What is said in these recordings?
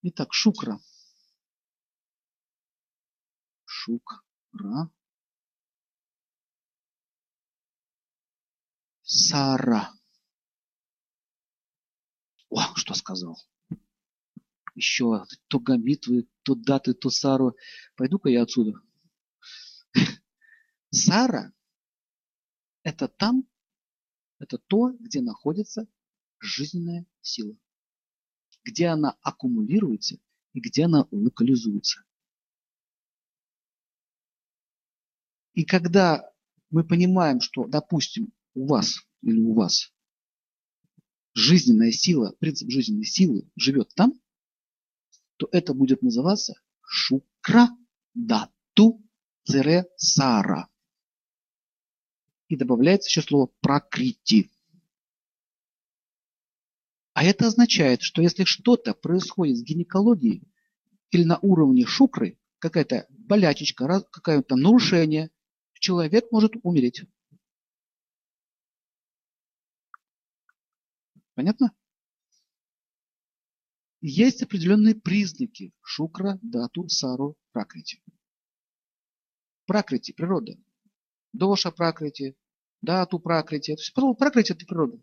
Итак, шукра. Шукра. Сара. О, что сказал. Еще то гамбитвы, то даты, то Сару. Пойду-ка я отсюда. Сара – это там, это то, где находится жизненная сила. Где она аккумулируется и где она локализуется. И когда мы понимаем, что, допустим, у вас или у вас жизненная сила, принцип жизненной силы живет там, то это будет называться шукра дату сара. И добавляется еще слово пракрити. А это означает, что если что-то происходит с гинекологией или на уровне шукры, какая-то болячечка, какое-то нарушение, человек может умереть. Понятно? Есть определенные признаки шукра, дату, сару, пракрити. Пракрити – природа. Доша пракрити, дату пракрити. То есть пракрити – это природа.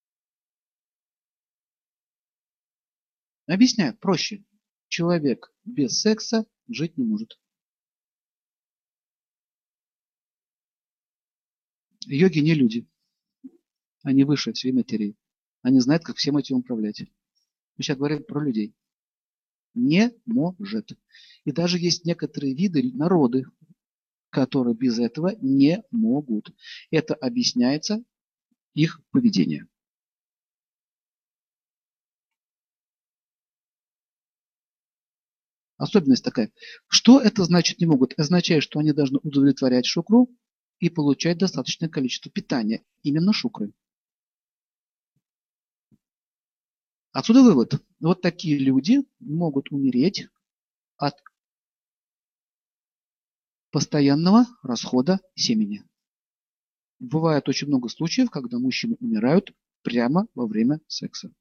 Объясняю проще. Человек без секса жить не может. Йоги не люди. Они выше всей материи. Они знают, как всем этим управлять. Мы сейчас говорим про людей. Не может. И даже есть некоторые виды, народы, которые без этого не могут. Это объясняется их поведением. Особенность такая. Что это значит не могут? Означает, что они должны удовлетворять шукру и получать достаточное количество питания. Именно шукры. Отсюда вывод. Вот такие люди могут умереть от постоянного расхода семени. Бывает очень много случаев, когда мужчины умирают прямо во время секса.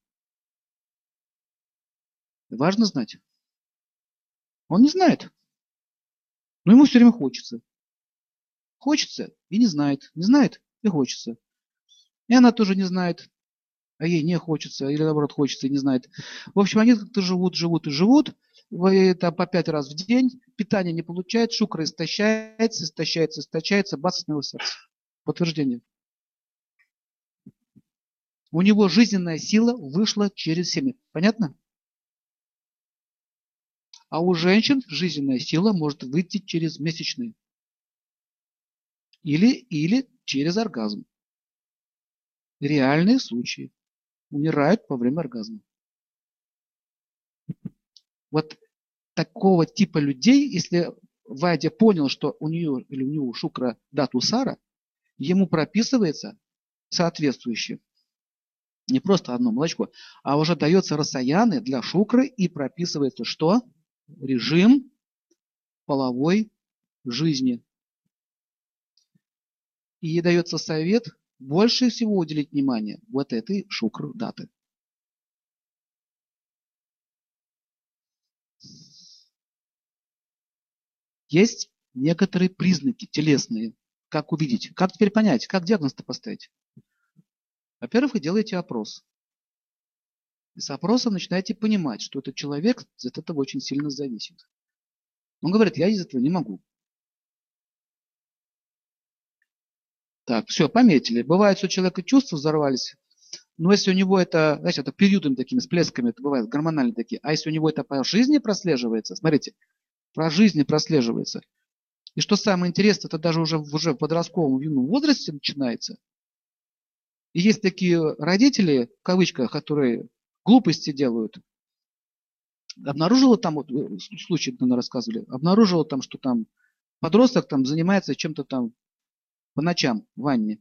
Важно знать. Он не знает. Но ему все время хочется. Хочется и не знает. Не знает и хочется. И она тоже не знает. А ей не хочется. Или наоборот хочется и не знает. В общем, они как-то живут. Это по 5 раз в день. Питание не получает. Шукра истощается. Бац, остановилось сердце. Подтверждение. У него жизненная сила вышла через семя. Понятно? А у женщин жизненная сила может выйти через месячные. Или через оргазм. Реальные случаи. Умирают во время оргазма. Вот такого типа людей, если Вадя понял, что у нее или у него шукра дату сара, ему прописывается соответствующее. Не просто одно молочко, а уже дается расаяны для шукры и прописывается что? Режим половой жизни. И ей дается совет больше всего уделить внимание вот этой шукр даты. Есть некоторые признаки телесные. Как увидеть? Как теперь понять? Как диагноз-то поставить? Во-первых, вы делаете опрос. И с опросом начинаете понимать, что этот человек от этого очень сильно зависит. Он говорит, я из этого не могу. Так, все, пометили. Бывает, что у человека чувства взорвались, но если у него это, знаете, это периодами такими всплесками, это бывает гормональные такие, а если у него это по жизни прослеживается, смотрите, по жизни прослеживается. И что самое интересное, это даже уже в подростковом юном возрасте начинается. И есть такие родители, в кавычках, которые глупости делают. Обнаружила там, вот случай, наверное, рассказывали, обнаружила там, что там подросток там занимается чем-то там по ночам в ванне.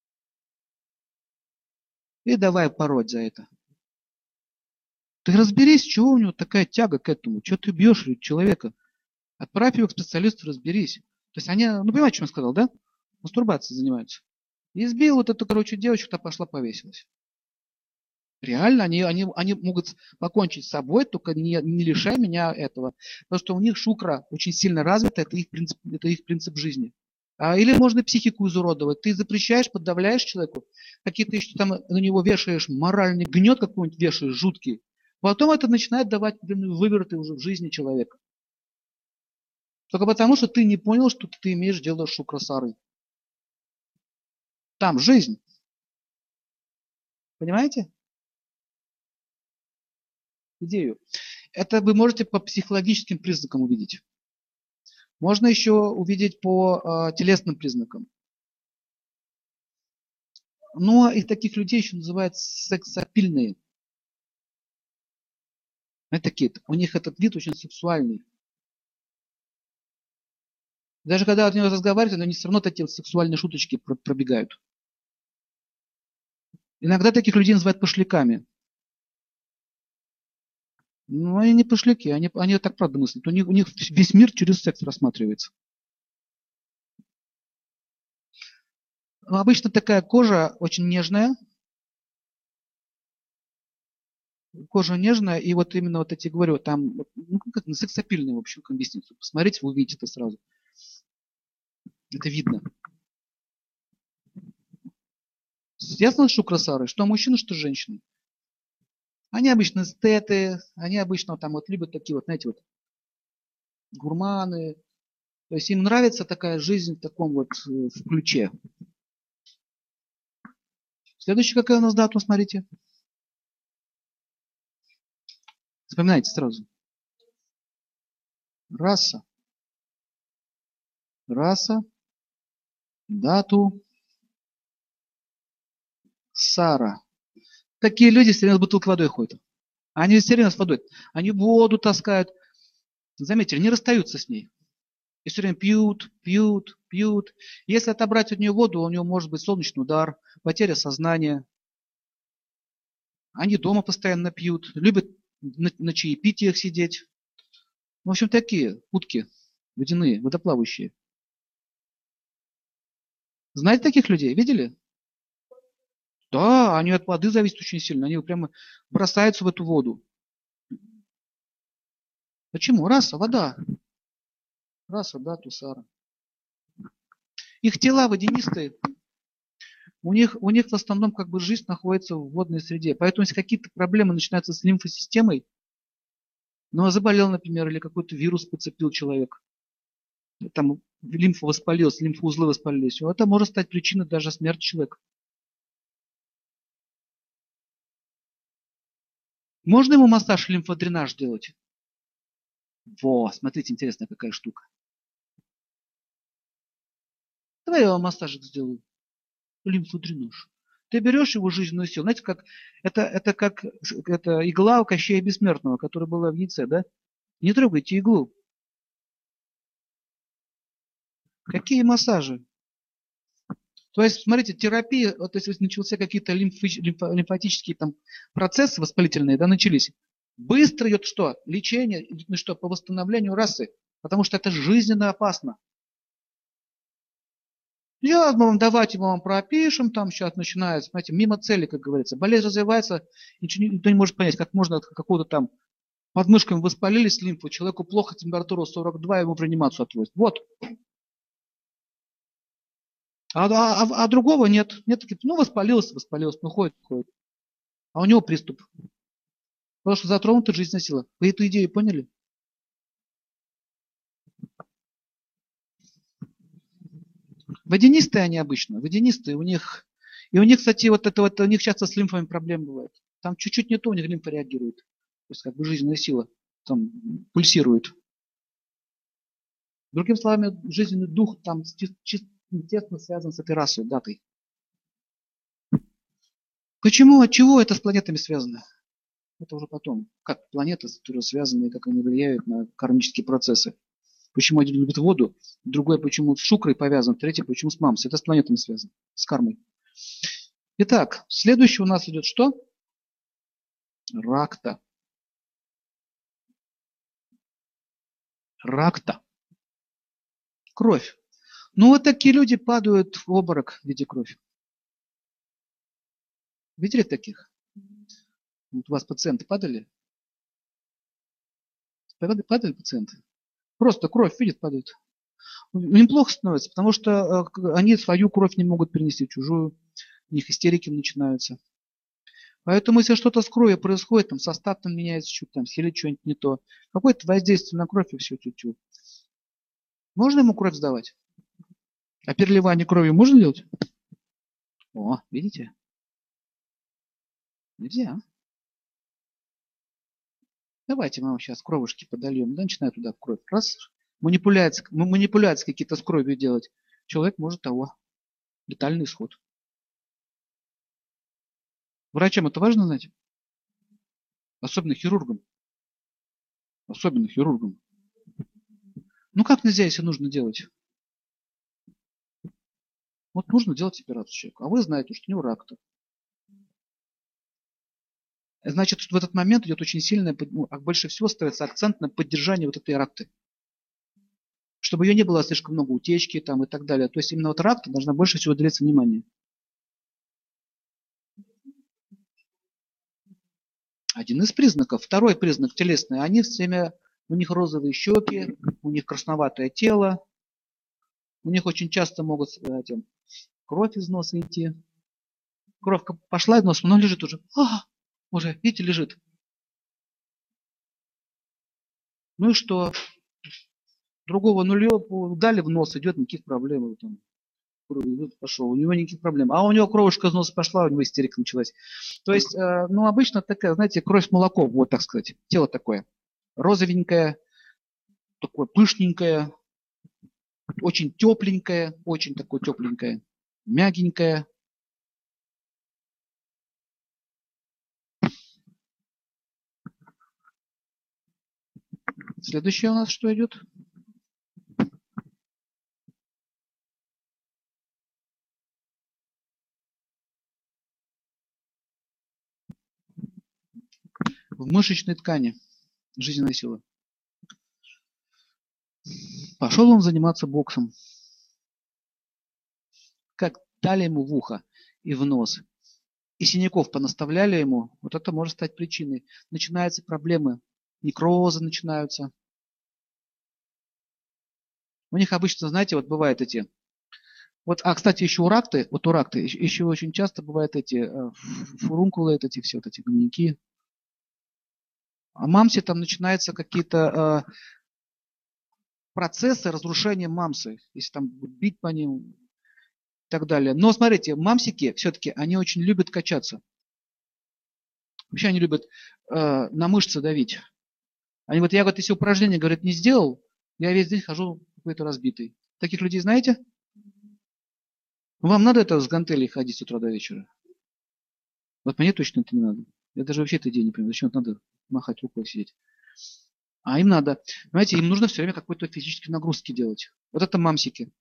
И давай пороть за это. Ты разберись, чего у него такая тяга к этому, что ты бьешь человека. Отправь его к специалисту, разберись. То есть они, ну понимаете, что я сказал, да? Мастурбацией занимаются. И избил вот эту, короче, девочку-то пошла повесилась. Реально, они могут покончить с собой, только не лишая меня этого. Потому что у них шукра очень сильно развита, это их принцип жизни. Или можно психику изуродовать. Ты запрещаешь, подавляешь человеку, какие-то еще там на него вешаешь моральный гнет какой-нибудь, вешаешь жуткий. Потом это начинает давать вывороты уже в жизни человека. Только потому, что ты не понял, что ты имеешь дело с шукрасарой. Там жизнь. Понимаете идею? Это вы можете по психологическим признакам увидеть. Можно еще увидеть по телесным признакам. Но и таких людей еще называют сексапильные. Это такие, у них этот вид очень сексуальный. Даже когда от него разговаривают, они все равно такие вот сексуальные шуточки пробегают. Иногда таких людей называют пошляками. Но они не пошляки, они так правда мыслят. У них весь мир через секс рассматривается. Обычно такая кожа очень нежная. Кожа нежная, и вот именно вот эти, говорю, там, ну, как сексапильные, в общем, как объяснить. Посмотрите, вы увидите это сразу. Это видно. Ясно, что красавцы, что мужчины, что женщины. Они обычно эстеты, они обычно там вот любят такие вот, знаете, вот гурманы. То есть им нравится такая жизнь в таком вот в ключе. Следующая какая у нас дата, смотрите. Вспоминайте сразу. Раса. Раса. Дату. Сара. Такие люди все время с бутылкой водой ходят. Они все время с водой. Они воду таскают. Заметьте, не расстаются с ней. И все время пьют, пьют, пьют. Если отобрать от нее воду, у нее может быть солнечный удар, потеря сознания. Они дома постоянно пьют, любят на чаепитиях сидеть. В общем, такие утки водяные, водоплавающие. Знаете таких людей? Видели? Да, они от воды зависят очень сильно. Они прямо бросаются в эту воду. Почему? Раса, вода. Раса, да, тусара. Их тела водянистые. У них в основном как бы жизнь находится в водной среде. Поэтому если какие-то проблемы начинаются с лимфосистемой, ну, заболел, например, или какой-то вирус подцепил человек, там лимфа воспалилась, лимфоузлы воспалились, это может стать причиной даже смерти человека. Можно ему массаж лимфодренаж делать? Во, смотрите, интересная какая штука. Давай я вам массажик сделаю. Лимфодренаж. Ты берешь его жизненную силу. Знаете, как это как игла у Кощея Бессмертного, которая была в яйце, да? Не трогайте иглу. Какие массажи? То есть, смотрите, терапия, вот если начался какие-то лимфатические там процессы воспалительные, да, начались, быстро идет что? Лечение, ну что, по восстановлению расы, потому что это жизненно опасно. Я вам давайте мы вам пропишем, там сейчас начинается, знаете, мимо цели, как говорится. Болезнь развивается, никто не может понять, как можно от какого-то там под мышками воспалились лимфу, человеку плохо, температура 42, ему в реанимацию отвозят. Вот. А другого нет. Нет, таких, ну воспалился, ну ходит. А у него приступ. Потому что затронута жизненная сила. Вы эту идею поняли? Водянистые они обычно, водянистые у них. И у них, кстати, вот это вот, у них часто с лимфами проблем бывает. Там чуть-чуть не то, у них лимфа реагирует. То есть как бы жизненная сила там пульсирует. Другими словами, жизненный дух там тесно связан с этой расой, датой. Почему, от чего это с планетами связано? Это уже потом. Как планеты, которые связаны, как они влияют на кармические процессы. Почему один любит воду, другой почему с шукрой повязан, третий почему с мамсой. Это с планетами связано, с кармой. Итак, следующий у нас идет что? Ракта. Ракта. Кровь. Ну вот такие люди падают в обморок в виде крови. Видели таких? Вот у вас пациенты падали? Падали пациенты? Просто кровь видит, падает. Им плохо становится, потому что они свою кровь не могут перенести, чужую. У них истерики начинаются. Поэтому, если что-то с кровью происходит, там состав там меняется, что-то там, или что-нибудь не то, какое-то воздействие на кровь и все, тю-тю. Можно ему кровь сдавать? А переливание крови можно делать? О, видите? Нельзя. Давайте мы вам сейчас кровушки подольем. Да, начинаю туда кровь. Раз. Манипуляции какие-то с кровью делать. Человек может того. Летальный исход. Врачам это важно знать? Особенно хирургам. Особенно хирургам. Ну как нельзя, если нужно делать? Вот нужно делать операцию человеку. А вы знаете, что у него рак-то. Значит, в этот момент идет очень сильное, больше всего ставится акцент на поддержание вот этой ракты. Чтобы ее не было слишком много утечки там и так далее. То есть именно вот ракта должна больше всего уделяться внимание. Один из признаков. Второй признак телесный. Они все время, у них розовые щеки, у них красноватое тело. У них очень часто могут кровь из носа идти. Кровь пошла из носа, но лежит уже. Уже, видите, лежит. Ну и что? Другого нулье дали в нос, идет, никаких проблем. Там, пошел, у него никаких проблем. А у него кровушка из носа пошла, у него истерика началась. То есть, ну, обычно такая, знаете, кровь с молоком, вот так сказать. Тело такое. Розовенькое, такое пышненькое, очень тепленькое, очень такое тепленькое, мягенькое. Следующее у нас что идет? В мышечной ткани жизненная сила. Пошел он заниматься боксом. Как дали ему в ухо и в нос, и синяков понаставляли ему, вот это может стать причиной. Начинаются проблемы, некрозы начинаются. У них обычно, знаете, вот бывают эти. Вот, кстати, еще у ракты еще очень часто бывают эти фурункулы, эти все вот эти гнойники. А мамсе там начинаются какие-то процессы разрушения мамсы, если там бить по ним и так далее. Но смотрите, мамсики все-таки, они очень любят качаться. Вообще они любят на мышцы давить. Они вот, я вот если упражнение, говорит, не сделал, я весь день хожу какой-то разбитый. Таких людей знаете? Вам надо это с гантелей ходить с утра до вечера? Вот мне точно это не надо. Я даже вообще эту идею не понимаю. Зачем надо махать рукой сидеть? А им надо. Понимаете, им нужно все время какой-то физические нагрузки делать. Вот это мамсики.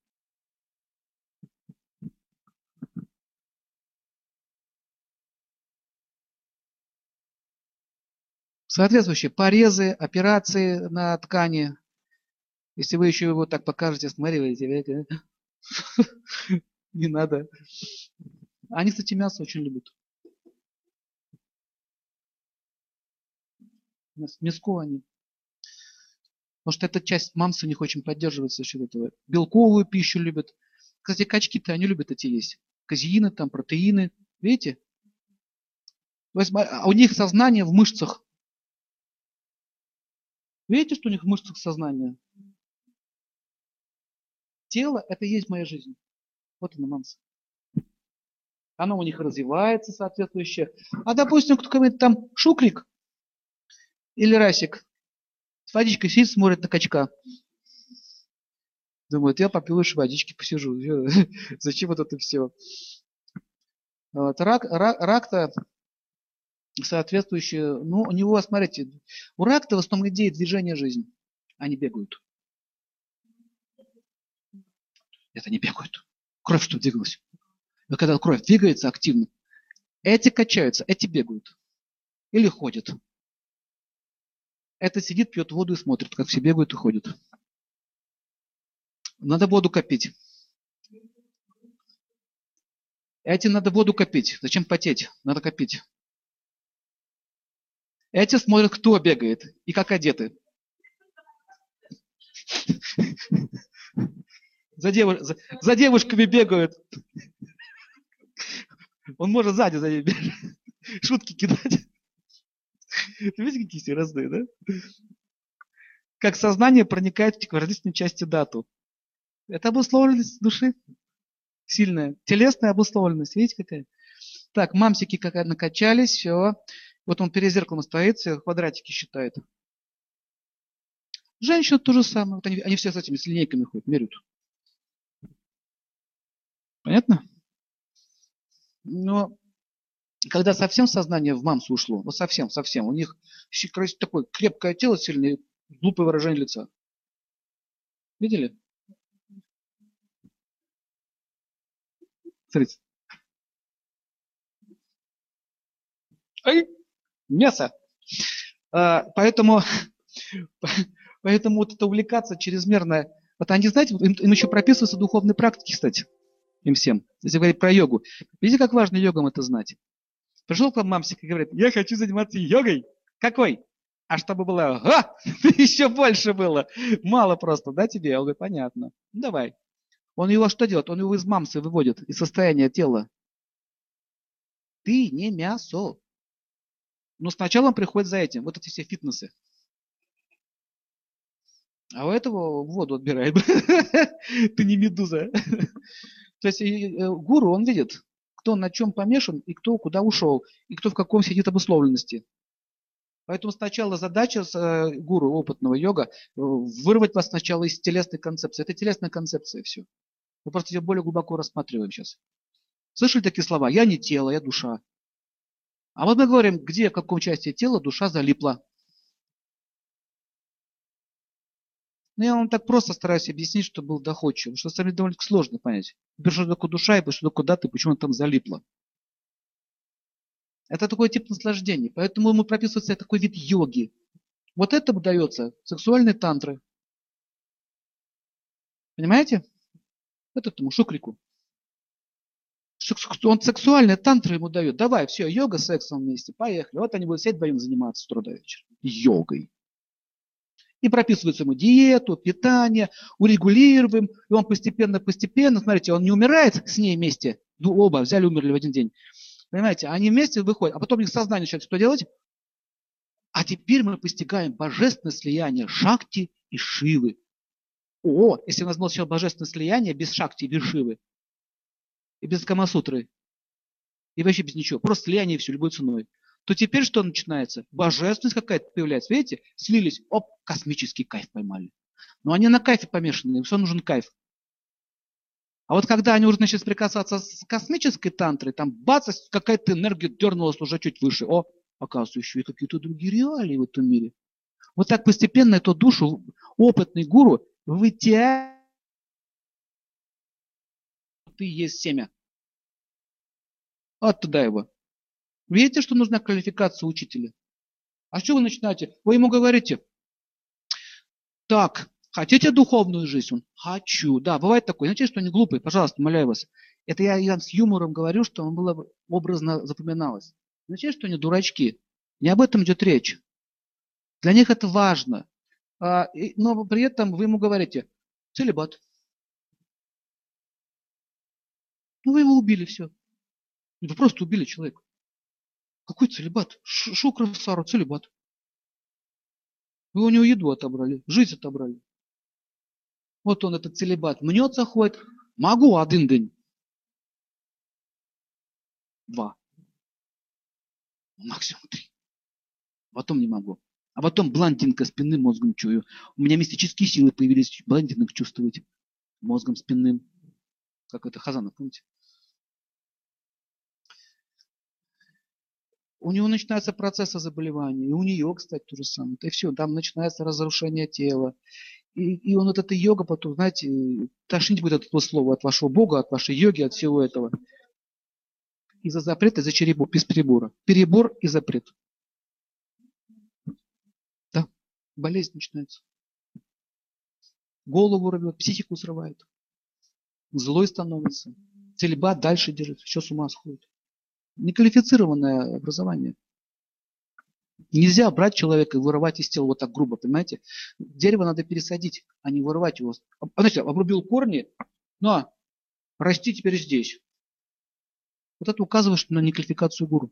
Соответствующие порезы, операции на ткани. Если вы еще его так покажете, смотрите, не надо. Они, кстати, мясо очень любят. Мяско они. Потому что эта часть мамсы у них очень поддерживается за счет этого. Белковую пищу любят. Кстати, качки-то они любят эти есть. Казеины, там, протеины. Видите? То есть, у них сознание в мышцах. Видите, что у них в мышцах сознание? Тело – это и есть моя жизнь. Вот она, мамса. Оно у них развивается соответствующе. А, допустим, кто-нибудь там шукрик или расик с водичкой сидит, смотрит на качка. Думает, я попью лучше водички, посижу. Зачем вот это все? Вот, рак-то соответствующее, ну, у него, смотрите, у рак-то в основном идея движения жизни. Они бегают. Это не бегают. Кровь что двигалась. Но когда кровь двигается активно, эти качаются, эти бегают. Или ходят. Это сидит, пьет воду и смотрит, как все бегают и ходят. Надо воду копить. Этим надо воду копить. Зачем потеть? Надо копить. Эти смотрят, кто бегает и как одеты. За девушками бегают. Он может сзади за ней бежать. Шутки кидать. Видите, какие все разные, да? Как сознание проникает в различные части дату. Это обусловленность души сильная. Телесная обусловленность. Видите, какая? Так, мамсики как накачались, все. Вот он перед зеркалом стоит, все квадратики считает. Женщины то же самое. Вот они все с этими с линейками ходят, меряют. Понятно? Но когда совсем сознание в мамсу ушло, вот совсем, у них такое крепкое тело сильное, глупое выражение лица. Видели? Смотрите. Ай, мясо. Поэтому вот это увлекаться чрезмерно. Вот они, знаете, им еще прописываются духовные практики, кстати, им всем. Если говорить про йогу. Видите, как важно йогам это знать? Пришел к вам мамсик и говорит, я хочу заниматься йогой. Какой? А чтобы было, еще больше было. Мало просто, да, тебе? Он говорит, понятно. Ну, давай. Он его что делает? Он его из мамсы выводит, из состояния тела. Ты не мясо. Но сначала он приходит за этим. Вот эти все фитнесы. А у этого воду отбирает. Ты не медуза. То есть гуру, он видит, кто на чем помешан, и кто куда ушел, и кто в каком сидит обусловленности. Поэтому сначала задача гуру, опытного йога, вырвать вас сначала из телесной концепции. Это телесная концепция все. Мы просто ее более глубоко рассматриваем сейчас. Слышали такие слова? Я не тело, я душа. А вот мы говорим, где, в каком части тела душа залипла. Ну, я вам так просто стараюсь объяснить, чтобы было доходчиво, что это довольно сложно понять. Что такое душа и что такое дата, и почему она там залипла. Это такой тип наслаждения. Поэтому ему прописывается такой вид йоги. Вот это дается сексуальной тантры. Понимаете? Это тому шукрику. Он сексуальные тантры ему дает. Давай, все, йога с сексом вместе, поехали. Вот они будут сидеть вдвоем заниматься с утра до вечера. Йогой. И прописывается ему диету, питание, урегулируем. И он постепенно, смотрите, он не умирает с ней вместе. Ну, оба взяли, умерли в один день. Понимаете, они вместе выходят, а потом их сознание начинает что делать? А теперь мы постигаем божественное слияние Шакти и Шивы. Если у нас было сначала божественное слияние без Шакти и без Шивы, и без Камасутры, и вообще без ничего, просто слияние и все, любой ценой, то теперь что начинается? Божественность какая-то появляется. Видите? Слились, космический кайф поймали. Но они на кайфе помешаны, им все нужен кайф. А вот когда они уже начали прикасаться с космической тантрой, там бац, какая-то энергия дернулась уже чуть выше. Оказывается, еще и какие-то другие реалии в этом мире. Вот так постепенно эту душу опытный гуру вытягивает. Ты есть семя. Оттуда его. Видите, что нужна квалификация учителя? А что вы начинаете? Вы ему говорите, так, хотите духовную жизнь? Он, хочу. Да, бывает такое. Знаете, что они глупые? Пожалуйста, умоляю вас. Это я с юмором говорю, что он было образно запоминалось. Знаете, что они дурачки? Не об этом идет речь. Для них это важно. Но при этом вы ему говорите, целибат. Ну, вы его убили, все. Вы просто убили человека. Какой целибат? Шукра-сару, целибат. Вы у него еду отобрали, жизнь отобрали. Вот он, этот целибат, мнется, ходит. Могу один день. 2. Максимум 3. Потом не могу. А потом блондинка спинным мозгом чую. У меня мистические силы появились блондинок чувствовать мозгом спинным. Как это Хазанов, помните? У него начинаются процессы заболевания. И у нее, кстати, то же самое. И все, там начинается разрушение тела. И он вот эта йога потом, знаете, тошнить будет от этого слова, от вашего Бога, от вашей йоги, от всего этого. Из-за запрета, из-за черебор, без перебора. Перебор и запрет. Да, болезнь начинается. Голову рвет, психику срывает. Злой становится. Целибат дальше держит, еще с ума сходит. Неквалифицированное образование. Нельзя брать человека и вырывать из тела вот так грубо, понимаете? Дерево надо пересадить, а не вырывать его. Знаете, обрубил корни, на, расти теперь здесь. Вот это указывает на неквалификацию гуру.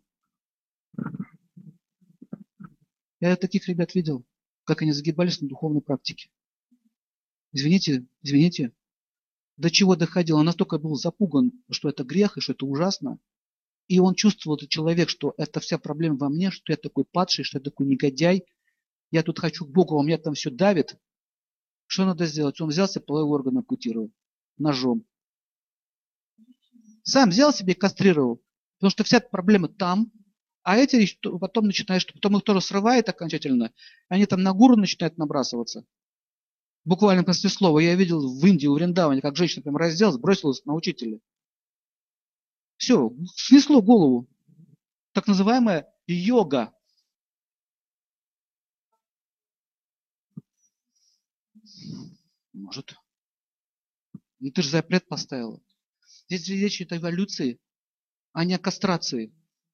Я таких ребят видел, как они загибались на духовной практике. Извините, до чего доходил. Он настолько был запуган, что это грех и что это ужасно. И он чувствовал, этот человек, что это вся проблема во мне, что я такой падший, что я такой негодяй. Я тут хочу к Богу, а у меня там все давит. Что надо сделать? Он взялся, половой орган ампутировал ножом. Сам взял себе и кастрировал. Потому что вся проблема там, а эти потом начинаешь, потом их тоже срывает окончательно, они там на гуру начинают набрасываться. Буквально после слова. Я видел в Индии, у Вриндаване, как женщина прям разделась, бросилась на учителя. Все, снесло голову. Так называемая йога. Может. Ну ты же запрет поставила. Здесь речь идет о эволюции, а не о кастрации.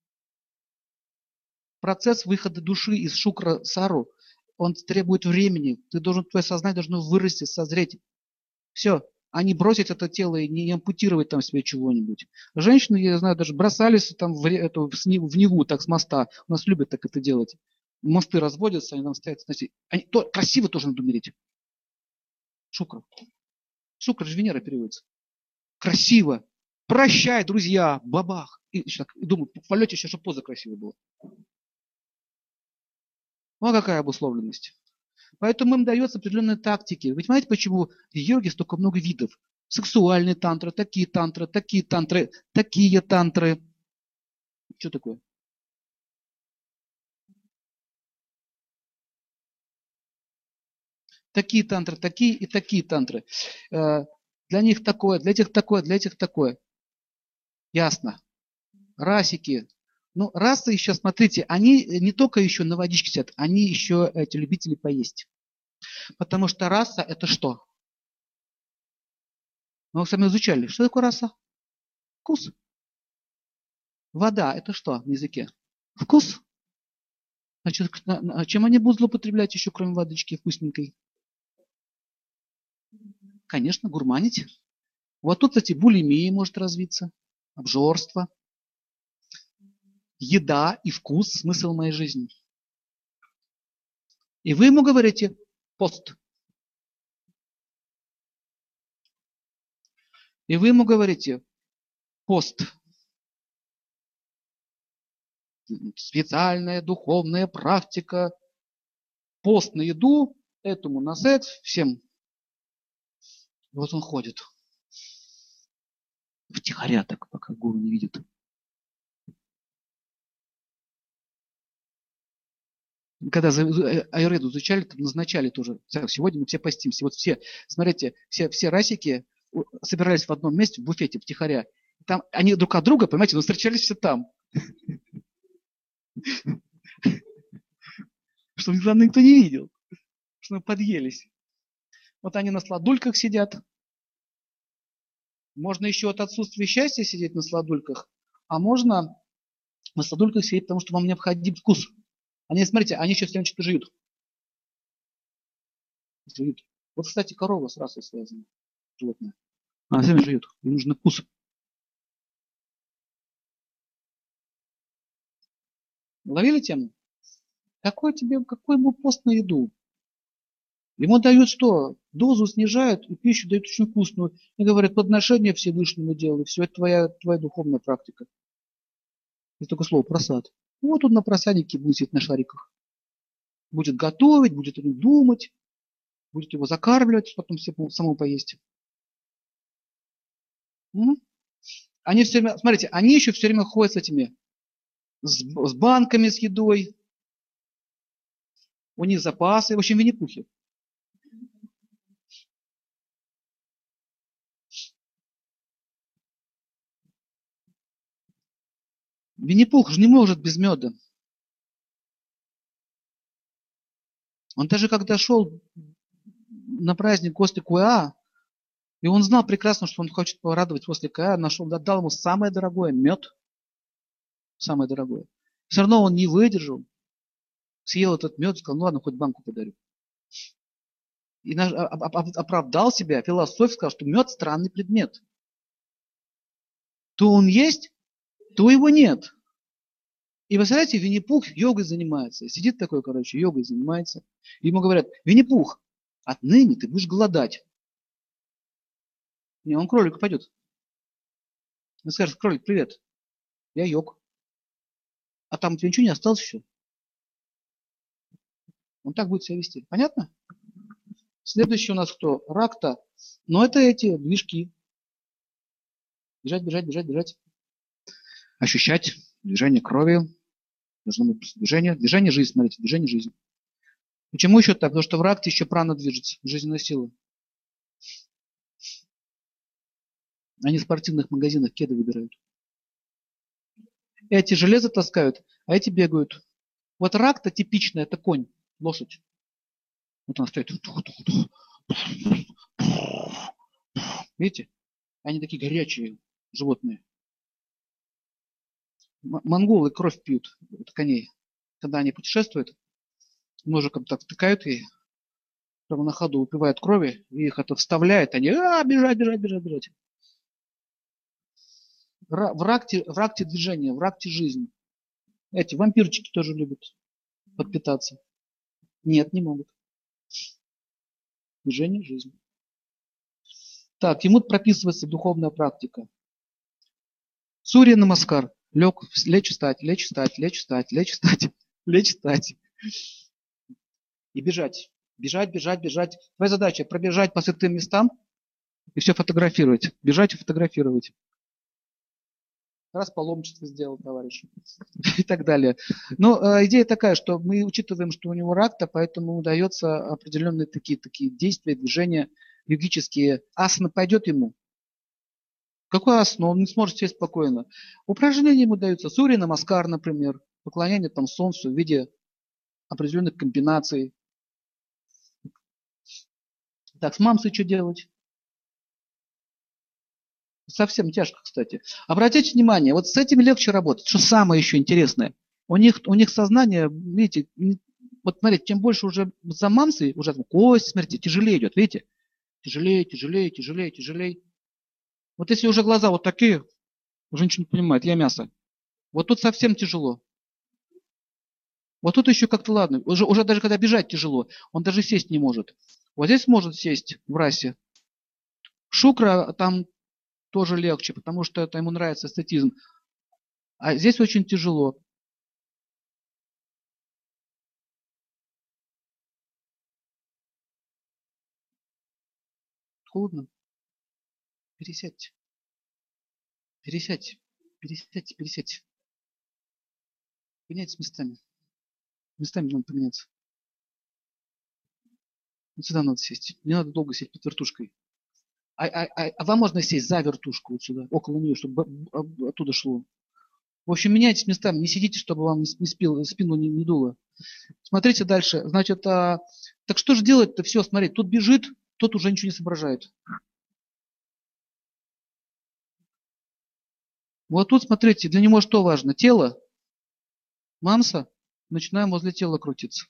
Процесс выхода души из шукра сару, он требует времени. Твое сознание должно вырасти, созреть. Все. А не бросить это тело и не ампутировать там себе чего-нибудь. Женщины, я знаю, даже бросались там в Неву, так с моста. У нас любят так это делать. Мосты разводятся, они там стоят. Значит, красиво тоже надо умереть. Шукра. Шукра же Венера переводится. Красиво. Прощай, друзья, бабах. И думаю, в полете еще, чтобы поза красивая была. Ну, а какая обусловленность? Поэтому им дается определенные тактики. Вы понимаете, почему в йоге столько много видов? Сексуальные тантры, такие тантры, такие тантры, такие тантры. Что такое? Такие тантры, такие и такие тантры. Для них такое, для этих такое, для этих такое. Ясно. Расики. Ну, расы еще, смотрите, они не только еще на водичке сидят, они еще эти любители поесть. Потому что раса это что? Мы сами изучали. Что такое раса? Вкус. Вода это что на языке? Вкус. Значит, чем они будут злоупотреблять еще, кроме водички вкусненькой? Конечно, гурманить. Вот тут, кстати, булимия может развиться, обжорство. Еда и вкус – смысл моей жизни. И вы ему говорите пост. И вы ему говорите пост. Специальная духовная практика. Пост на еду, этому на сет, всем. И вот он ходит. Втихаря так, пока гуру не видит. Когда аюрведу изучали, там назначали тоже. Сегодня мы все постимся. Вот все, смотрите, все расики собирались в одном месте, в буфете, втихаря. Там они друг от друга, понимаете, но встречались все там. Чтобы, главное, никто не видел. Что мы подъелись. Вот они на сладульках сидят. Можно еще от отсутствия счастья сидеть на сладульках, а можно на сладульках сидеть, потому что вам необходим вкус. Они, смотрите, они еще все время что-то жуют. Вот, кстати, корова с расой связана, животное. Она все время жует. Ей нужен вкус. Ловили тему? Какой был пост на еду? Ему дают что? Дозу снижают и пищу дают очень вкусную. И говорят, подношение Всевышнему делай. Все, это твоя духовная практика. Есть только слово просад. Вот он на просаднике будет сидеть на шариках. Будет готовить, будет думать, будет его закармливать, потом все самому поесть. Они все время, смотрите, они еще все время ходят с этими, с банками с едой. У них запасы, в общем, винни-пухи. Винни-пух же не может без меда. Он даже когда шел на праздник после Куа, и он знал прекрасно, что он хочет порадовать после Куа, отдал ему самое дорогое, мед. Самое дорогое. Все равно он не выдержал. Съел этот мед, сказал, ну ладно, хоть банку подарю. И оправдал себя, философ сказал, что мед странный предмет. То он есть, то его нет. И вы знаете, Винни-Пух йогой занимается. Сидит такой, короче, йогой занимается. Ему говорят, Винни-Пух, отныне ты будешь голодать. Не, он к кролику пойдет. Он скажет, кролик, привет, я йог. А там у тебя ничего не осталось еще. Он так будет себя вести. Понятно? Следующий у нас кто? Рак-то. Но это эти движки. Бежать, бежать, бежать, бежать. Ощущать движение крови. Должно быть движение. Движение жизни, смотрите, движение жизни. Почему еще так? Потому что в ракте еще прана движется, жизненная сила. Они в спортивных магазинах кеды выбирают. Эти железо таскают, а эти бегают. Вот рак-то типичный, это конь, лошадь. Вот она стоит. Видите? Они такие горячие животные. Монголы кровь пьют от коней. Когда они путешествуют, ножиком так втыкают ей, прямо на ходу выпивают крови, и их это вставляет, они бежать, бежать, бежать, бежать. В ракте движение, в ракте жизнь. Эти вампирчики тоже любят подпитаться. Нет, не могут. Движение жизни. Так, ему прописывается духовная практика. Сурья намаскар. Лечь, встать, лечь, встать, лечь, встать, лечь, встать, лечь, встать. И бежать. Бежать, бежать, бежать. Твоя задача пробежать по святым местам и все фотографировать. Бежать и фотографировать. Раз паломничество сделал, товарищ. И так далее. Но идея такая, что мы учитываем, что у него рак-то, поэтому удается определенные такие действия, движения йогические. Асана пойдет ему. Какой асана? Он не сможет сесть спокойно. Упражнения ему даются. Сурья намаскар, например. Поклонение там солнцу в виде определенных комбинаций. Так, с мамсой что делать? Совсем тяжко, кстати. Обратите внимание, вот с этими легче работать. Что самое еще интересное? У них сознание, видите, вот смотрите, чем больше уже за мамсой, уже кость, смотрите, тяжелее идет, видите? Тяжелее, тяжелее, тяжелее, тяжелее. Вот если уже глаза вот такие, уже ничего не понимает, я мясо. Вот тут совсем тяжело. Вот тут еще как-то ладно. Уже даже когда бежать тяжело, он даже сесть не может. Вот здесь может сесть в расе. Шукра там тоже легче, потому что это ему нравится эстетизм. А здесь очень тяжело. Холодно. Пересядьте. Пересядьте. Пересядьте, пересядьте. Поменяйтесь местами. Местами надо поменяться. Вот сюда надо сесть. Не надо долго сидеть под вертушкой. А вам можно сесть за вертушку вот сюда, около нее, чтобы оттуда шло. В общем, меняйтесь местами, не сидите, чтобы вам спину не дуло. Смотрите дальше. Значит, так что же делать-то? Все, смотрите, тут бежит, тот уже ничего не соображает. Вот тут, смотрите, для него что важно? Тело, мамса, начинаем возле тела крутиться.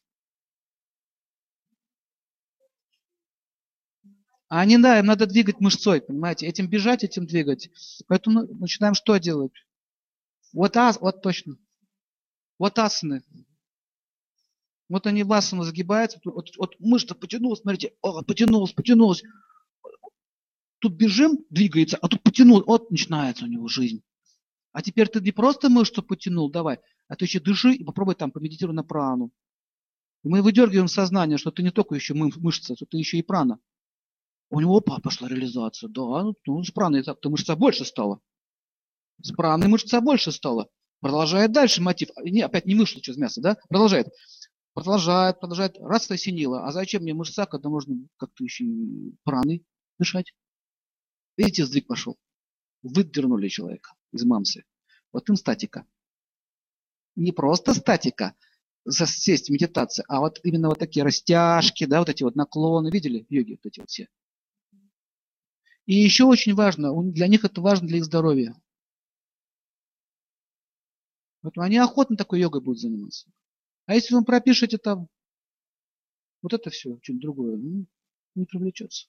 А не да, им надо двигать мышцой, понимаете? Этим бежать, этим двигать. Поэтому начинаем что делать? Вот точно. Вот асаны. Вот они в асану загибаются. Вот мышца потянулась, смотрите. Потянулась. Тут бежим, двигается, а тут потянул. Вот начинается у него жизнь. А теперь ты не просто мышцу потянул, давай, а ты еще дыши и попробуй там помедитируй на прану. И мы выдергиваем сознание, что ты не только еще мышца, что ты еще и прана. У него пошла реализация. Да, ну с праной так-то мышца больше стала. С праной мышца больше стала. Продолжает дальше мотив. Опять не вышло что из мяса, да? Продолжает. Раз осенило. А зачем мне мышца, когда можно как-то еще и праной дышать? Видите, сдвиг пошел. Выдернули человека из мамсы. Вот им статика. Не просто статика, сесть в медитации, а вот именно вот такие растяжки, да, вот эти вот наклоны. Видели йоги вот эти вот все? И еще очень важно, для них это важно для их здоровья. Вот они охотно такой йогой будут заниматься. А если вы пропишете там вот это все, что-нибудь другое, ну, не привлечется.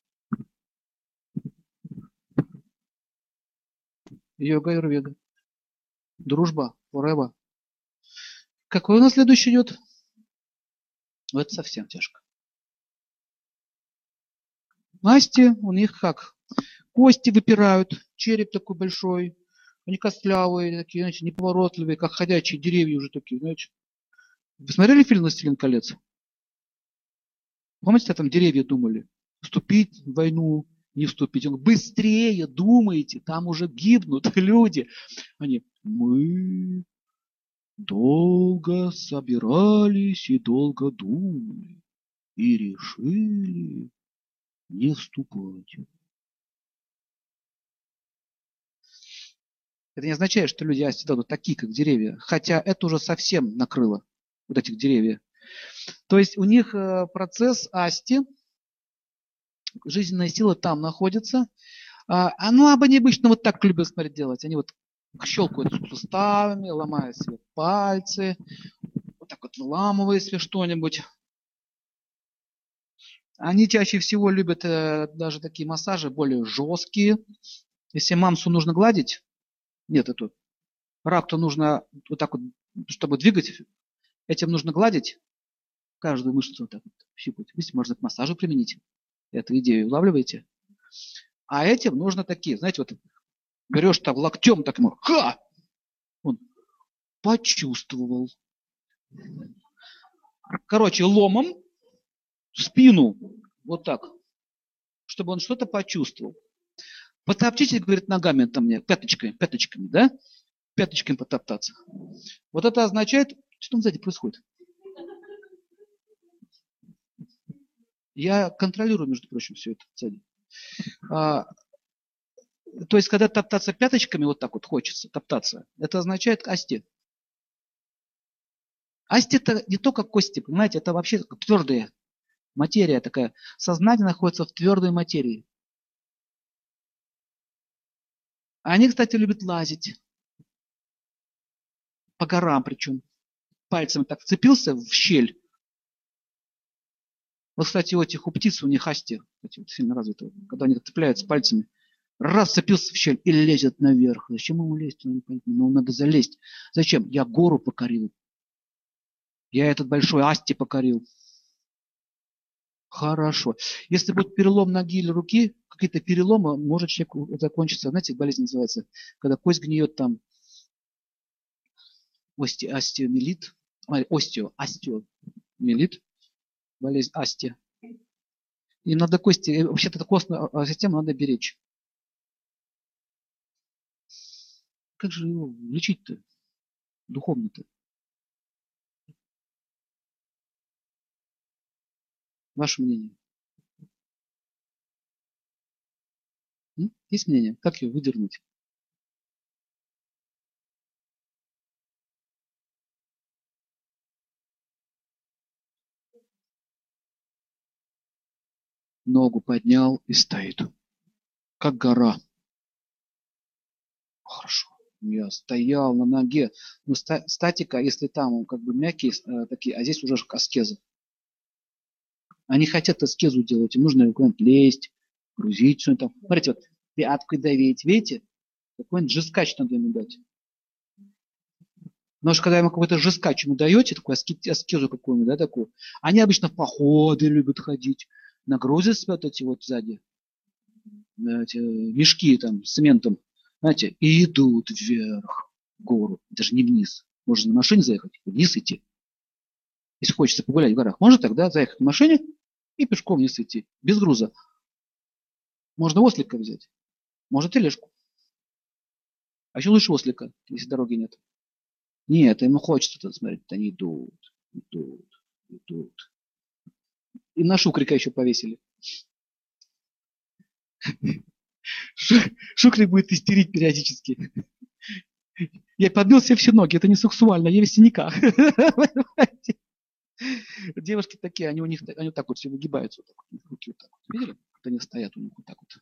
Йога аюрведа. Дружба, forever. Какой у нас следующий идет? Вот совсем тяжко. Насти, у них как? Кости выпирают, череп такой большой. Они костлявые, такие, знаете, неповоротливые, как ходячие деревья уже такие, знаете. Вы смотрели фильм «Властелин колец»? Помните, там деревья думали, вступить в войну, не вступить. Он говорит, быстрее думайте, там уже гибнут люди. Они, мы долго собирались и долго думали и решили не вступать. Это не означает, что люди всегда вот такие, как деревья. Хотя это уже совсем накрыло вот этих деревьев. То есть у них процесс асти, жизненная сила там находится. Ну, они обычно вот так любят, смотреть, делать. Они вот щелкают суставами, ломают себе пальцы, вот так вот выламывают себе что-нибудь. Они чаще всего любят даже такие массажи более жесткие. Если мамсу нужно гладить, нет, эту рапту нужно вот так вот, чтобы двигать, этим нужно гладить каждую мышцу вот так вот щипать. Видите, можно к массажу применить. Эту идею улавливаете? А этим нужно такие, знаете, вот берешь так локтем, так ему, ха! Он почувствовал. Короче, ломом в спину, вот так, чтобы он что-то почувствовал. Потопчите, говорит, ногами там мне, пяточками, да? Пяточками потоптаться. Вот это означает, что там сзади происходит. Я контролирую, между прочим, все это сзади. То есть, когда топтаться пяточками, вот так вот хочется топтаться, это означает асти. Асти это не только кости, понимаете, это вообще твердая материя такая. Сознание находится в твердой материи. Они, кстати, любят лазить. По горам причем. Пальцем так вцепился в щель. Вот, кстати, у этих у птиц, у них асти, кстати, вот сильно развито. Когда они цепляются пальцами, раз вцепился в щель и лезет наверх. Зачем ему лезть? Ну, надо залезть. Зачем? Я гору покорил. Я этот большой асти покорил. Хорошо. Если будет перелом ноги или руки, какие-то переломы, может человек закончиться, знаете, болезнь называется, когда кость гниет там, остеомиелит, остеомиелит, болезнь асти. И надо кости, вообще-то эту костную систему надо беречь. Как же его лечить-то духовно-то? Ваше мнение? Есть мнение? Как ее выдернуть? Ногу поднял и стоит. Как гора. Хорошо. Я стоял на ноге. Ну, статика, если там как бы мягкие такие, а здесь уже аскеза. Они хотят аскезу делать, им нужно куда-нибудь лезть, грузить что-то там. Смотрите, вот пяткой давить, видите? Какой-нибудь жескач надо ему дать. Потому что когда ему какой-то жескач ему даете, такую аскезу какую-нибудь, да, такую, они обычно в походы любят ходить, нагрузят вот эти вот сзади, эти мешки там с цементом, знаете, и идут вверх, в гору, даже не вниз. Можно на машине заехать, вниз идти. Если хочется погулять в горах, можно тогда заехать на машине и пешком вниз идти, без груза. Можно ослика взять, можно тележку. А еще лучше ослика, если дороги нет. Нет, ему хочется тут смотреть, они идут, идут, идут. И на Шукрика еще повесили. Шукрик будет истерить периодически. Я подбил себе все ноги, это не сексуально, я весь в синяках. Девушки такие, они у них они вот так вот все выгибаются, вот так вот, руки вот так вот. Видели? Вот они стоят у них вот так вот.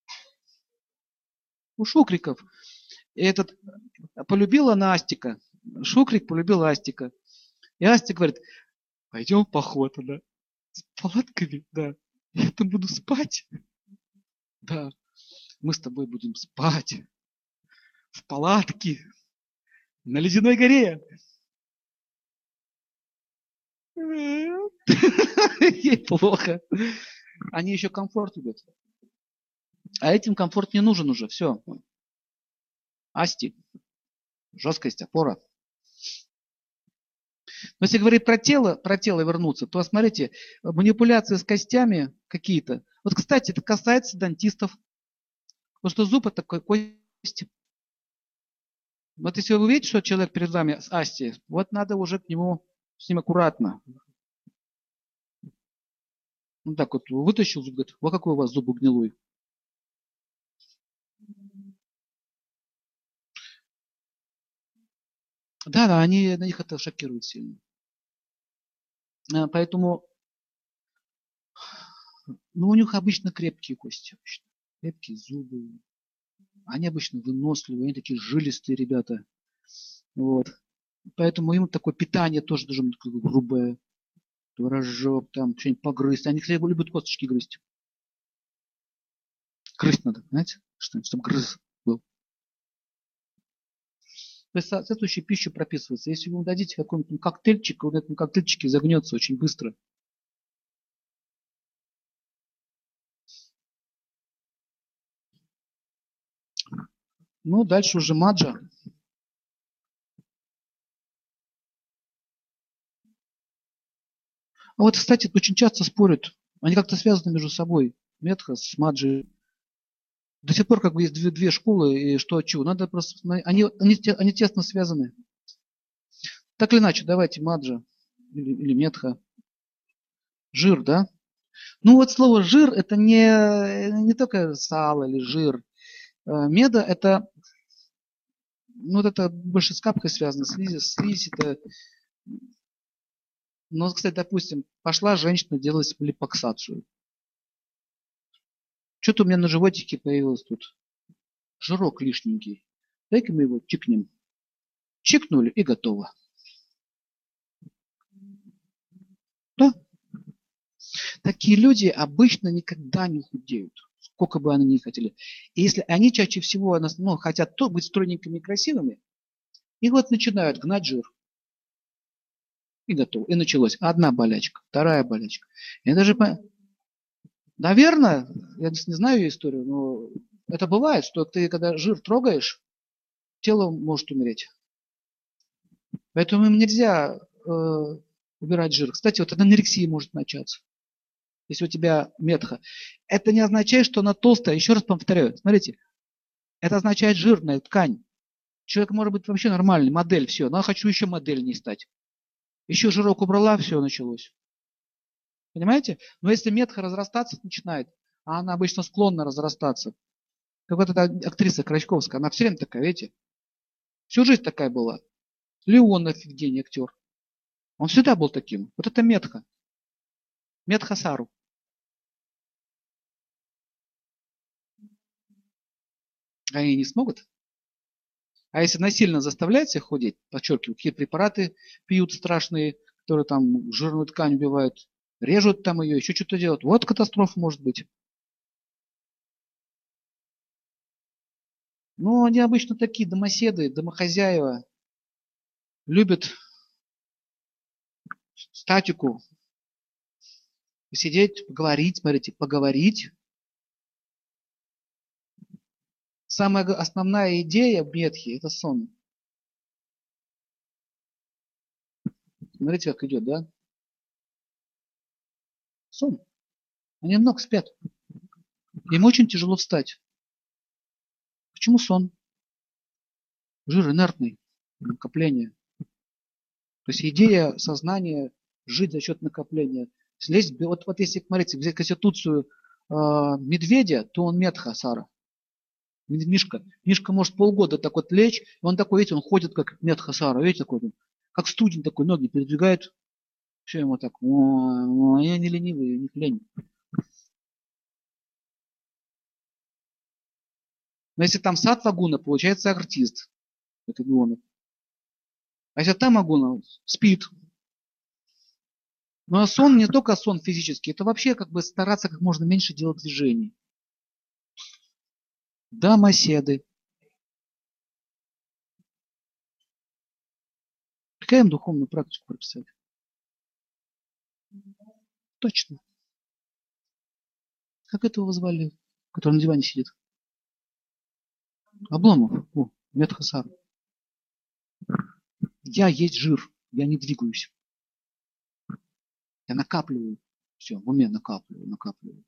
У Шукриков. И этот полюбила Настика. Шукрик полюбил Астика. И Асти говорит, пойдем в поход, да. С палатками, да. Я там буду спать. Да, мы с тобой будем спать в палатке на ледяной горе. Ей плохо. Они еще комфорт любят. А этим комфорт не нужен уже. Все. Асти. Жесткость, опора. Но если говорить про тело вернуться, то смотрите, манипуляции с костями какие-то. Вот, кстати, это касается дантистов. Потому что зуб это кость. Вот если вы видите, что человек перед вами с асти, вот надо уже к нему, с ним аккуратно. Ну так вот, вытащил зуб, говорит, вот какой у вас зуб гнилой. Да, на них это шокирует сильно. Поэтому, у них обычно крепкие кости. Обычно. Крепкие зубы. Они обычно выносливые, они такие жилистые ребята. Вот. Поэтому им такое питание тоже должно быть грубое. Творожок, там, что-нибудь погрызть. Они, кстати, любят косточки грызть. Грызть надо, знаете? Чтобы грыз был. То есть соответствующую пищу прописывается. Если вы ему дадите какой-нибудь коктейльчик, он в этом коктейльчике загнется очень быстро. Ну, дальше уже маджа. А вот, кстати, очень часто спорят. Они как-то связаны между собой. Метха с маджи. До сих пор как бы есть две школы, и что от чего. Надо просто... Они тесно связаны. Так или иначе, давайте маджа или метха. Жир, да? Ну вот слово жир это не только сало или жир. Меда это, вот это больше с капкой связано, слизь это. Ну, кстати, допустим, пошла женщина делать липоксацию. Что-то у меня на животике появилось тут. Жирок лишненький. Дай-ка мы его чикнем. Чикнули и готово. Да? Такие люди обычно никогда не худеют, сколько бы они ни хотели. И если они чаще всего хотят быть стройненькими и красивыми, и вот начинают гнать жир. И готово. И началось. Одна болячка, вторая болячка. Я даже, наверное, я не знаю ее историю, но это бывает, что ты, когда жир трогаешь, тело может умереть. Поэтому им нельзя убирать жир. Кстати, вот анорексия может начаться, если у тебя метха. Это не означает, что она толстая. Еще раз повторяю. Смотрите, это означает жирная ткань. Человек может быть вообще нормальный, модель, все. Но я хочу еще модель не стать. Еще жирок убрала, все началось. Понимаете? Но если метха разрастаться начинает, а она обычно склонна разрастаться, как вот эта актриса Крачковская, она все время такая, видите? Всю жизнь такая была. Леонов Евгений, актер. Он всегда был таким. Вот это метха. Метха Сару. Они не смогут. А если насильно заставлять их худеть, подчеркиваю, какие препараты пьют страшные, которые там жирную ткань убивают, режут там ее, еще что-то делают. Вот катастрофа может быть. Но они обычно такие домоседы, домохозяева, любят статику, сидеть, поговорить, смотрите, поговорить. Самая основная идея в метхе – это сон. Смотрите, как идет, да? Сон. Они много спят. Им очень тяжело встать. Почему сон? Жир инертный, накопление. То есть идея сознания жить за счет накопления. Слезть, вот если, смотрите, взять конституцию медведя, то он метха Сара. Мишка. Мишка может полгода так вот лечь, и он такой, видите, он ходит как метха Сара, видите, такой, как студень такой, ноги передвигает. Все ему так, я не ленивый, у них лень. Но если там сатва гуна, получается артист. Это гуна. А если там агуна, спит. Ну а сон не только сон физический, это вообще как бы стараться как можно меньше делать движений. Домоседы. Какая им духовную практику прописать? Точно. Как этого звали, который на диване сидит? Обломов. О, Медхасар. Я есть жир, я не двигаюсь. Я накапливаю. Все, в уме накапливаю.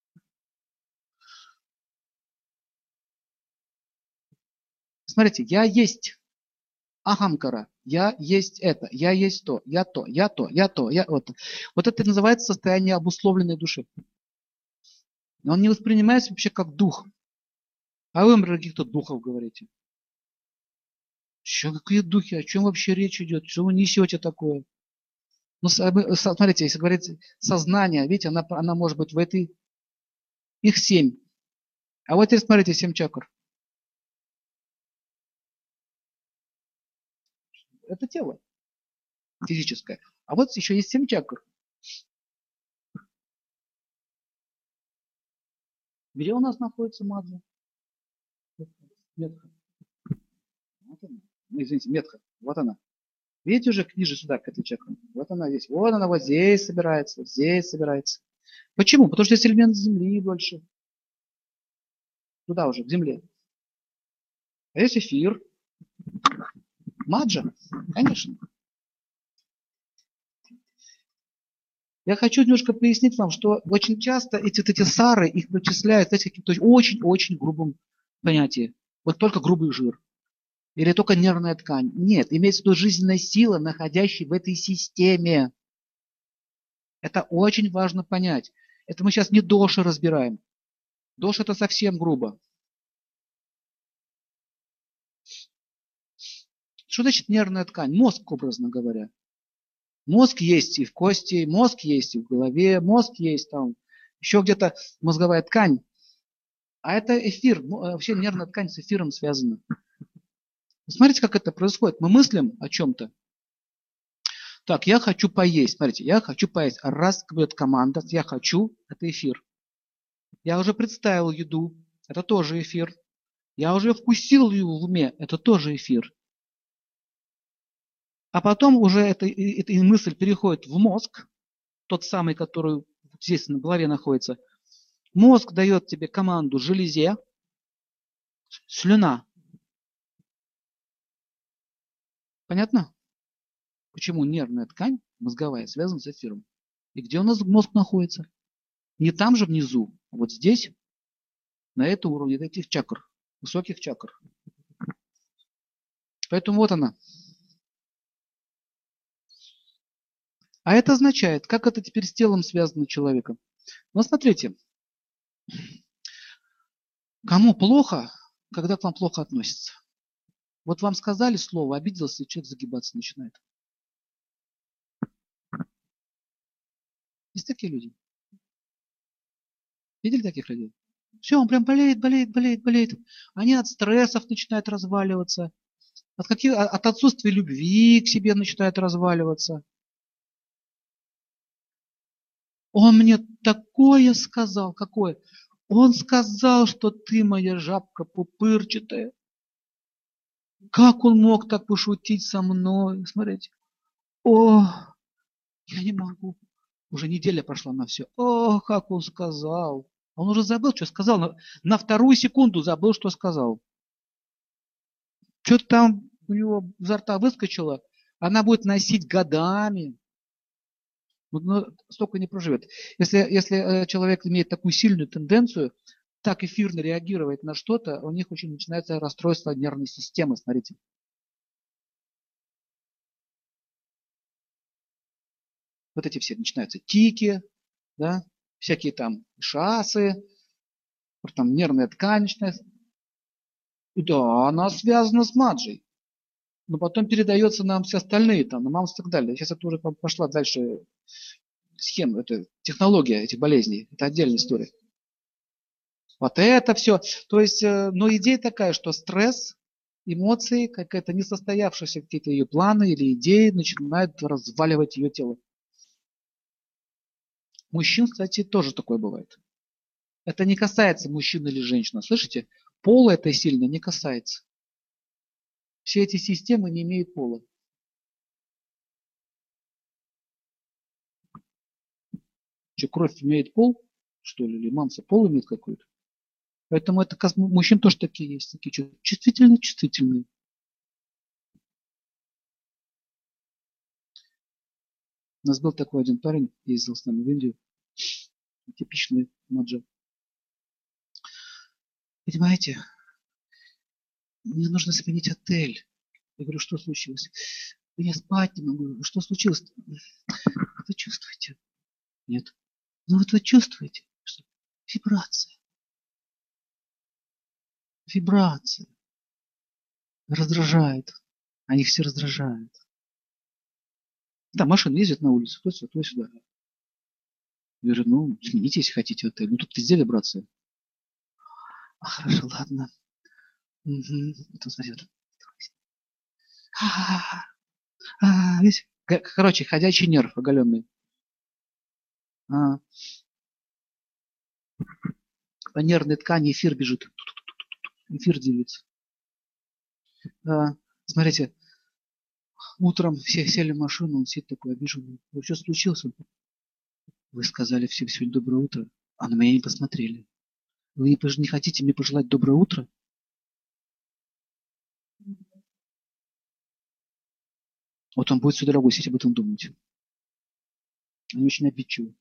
Смотрите, я есть ахамкара, я есть это, я есть то, я то, я то, я то, я вот. Вот это называется состояние обусловленной души. Он не воспринимается вообще как дух. А вы про каких-то духов говорите. Что, какие духи? О чем вообще речь идет? Что вы несете такое? Ну, смотрите, если говорить сознание, видите, она может быть в этой, их 7. А вот теперь смотрите, 7 чакр. Это тело физическое. А вот еще есть 7 чакр. Где у нас находится маджа? Метха. Вот она. Ну, извините, метха. Вот она. Видите уже ниже сюда, к этой чакре? Вот она здесь. Вот она вот здесь собирается, вот здесь собирается. Почему? Потому что есть элемент земли больше. Туда уже, в земле. А есть эфир. Маджа. Конечно. Я хочу немножко пояснить вам, что очень часто эти сары, их вычисляют, знаете, каким-то очень-очень грубым понятием. Вот только грубый жир. Или только нервная ткань. Нет, имеется в виду жизненная сила, находящая в этой системе. Это очень важно понять. Это мы сейчас не доши разбираем. Дош это совсем грубо. Что значит нервная ткань? Мозг, образно говоря. Мозг есть и в кости, мозг есть и в голове, мозг есть там, еще где-то мозговая ткань. А это эфир, вообще нервная ткань с эфиром связана. Смотрите, как это происходит. Мы мыслим о чем-то. Так, я хочу поесть. Смотрите, я хочу поесть. Раз будет команда, я хочу, это эфир. Я уже представил еду, это тоже эфир. Я уже вкусил ее в уме, это тоже эфир. А потом уже эта мысль переходит в мозг, тот самый, который здесь на голове находится. Мозг дает тебе команду железе, слюна. Понятно? Почему нервная ткань мозговая связана с эфиром? И где у нас мозг находится? Не там же внизу, а вот здесь, на этом уровне этих чакр, высоких чакр. Поэтому вот она. А это означает, как это теперь с телом связано человека. Ну, смотрите, кому плохо, когда к вам плохо относятся? Вот вам сказали слово, обиделся, и человек загибаться начинает. Есть такие люди? Видели таких людей? Все, он прям болеет. Они от стрессов начинают разваливаться, от отсутствия любви к себе начинают разваливаться. Он мне такое сказал, какое? Он сказал, что ты моя жабка пупырчатая. Как он мог так пошутить со мной? Смотрите. О, я не могу. Уже неделя прошла на все. О, как он сказал. Он уже забыл, что сказал. На вторую секунду забыл, что сказал. Что-то там у него изо рта выскочило. Она будет носить годами. Но столько не проживет. Если человек имеет такую сильную тенденцию так эфирно реагировать на что-то, у них очень начинается расстройство нервной системы. Смотрите. Вот эти все начинаются тики, да, всякие там шасы, там нервная ткань начинается. Да, она связана с маджей. Но потом передается нам все остальные, там, на мамс и так далее. Сейчас это уже пошла дальше схема, это технология этих болезней. Это отдельная история. Вот это все. То есть, но идея такая, что стресс, эмоции, какая-то несостоявшиеся какие-то ее планы или идеи начинают разваливать ее тело. Мужчин, кстати, тоже такое бывает. Это не касается мужчин или женщин. Слышите? Пола это сильно не касается. Все эти системы не имеют пола. Что, кровь имеет пол, что ли, или мамса пол имеет какой-то? Поэтому это мужчин тоже такие есть, такие чувствительные. У нас был такой один парень, ездил с нами в Индию, типичный маджа. Понимаете, мне нужно сменить отель. Я говорю, что случилось? Я спать не могу. Что случилось? Вы чувствуете? Нет. Ну вот вы чувствуете, что вибрация. Вибрация. Раздражает. Они все раздражают. Да, машины ездят на улице, то-сюда. Я говорю, ну, смените, если хотите отель. Ну, тут везде вибрация. А, хорошо, ладно. Угу. Потом смотрит. Видите? Короче, ходячий нерв оголенный. По нервной ткани эфир бежит. Эфир делится. Смотрите, утром все сели в машину, он сидит такой обиженный. Что случилось? Вы сказали всем сегодня доброе утро, а на меня не посмотрели. Вы не хотите мне пожелать доброе утро? Вот он будет всю дорогу сидеть об этом думать. Они очень обидчивы.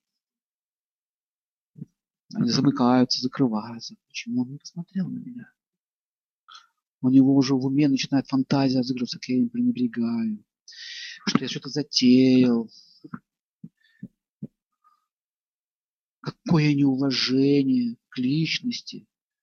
Они замыкаются, закрываются. Почему он не посмотрел на меня? У него уже в уме начинает фантазия разыгрываться, как я им пренебрегаю. Что я что-то затеял. Какое неуважение к личности.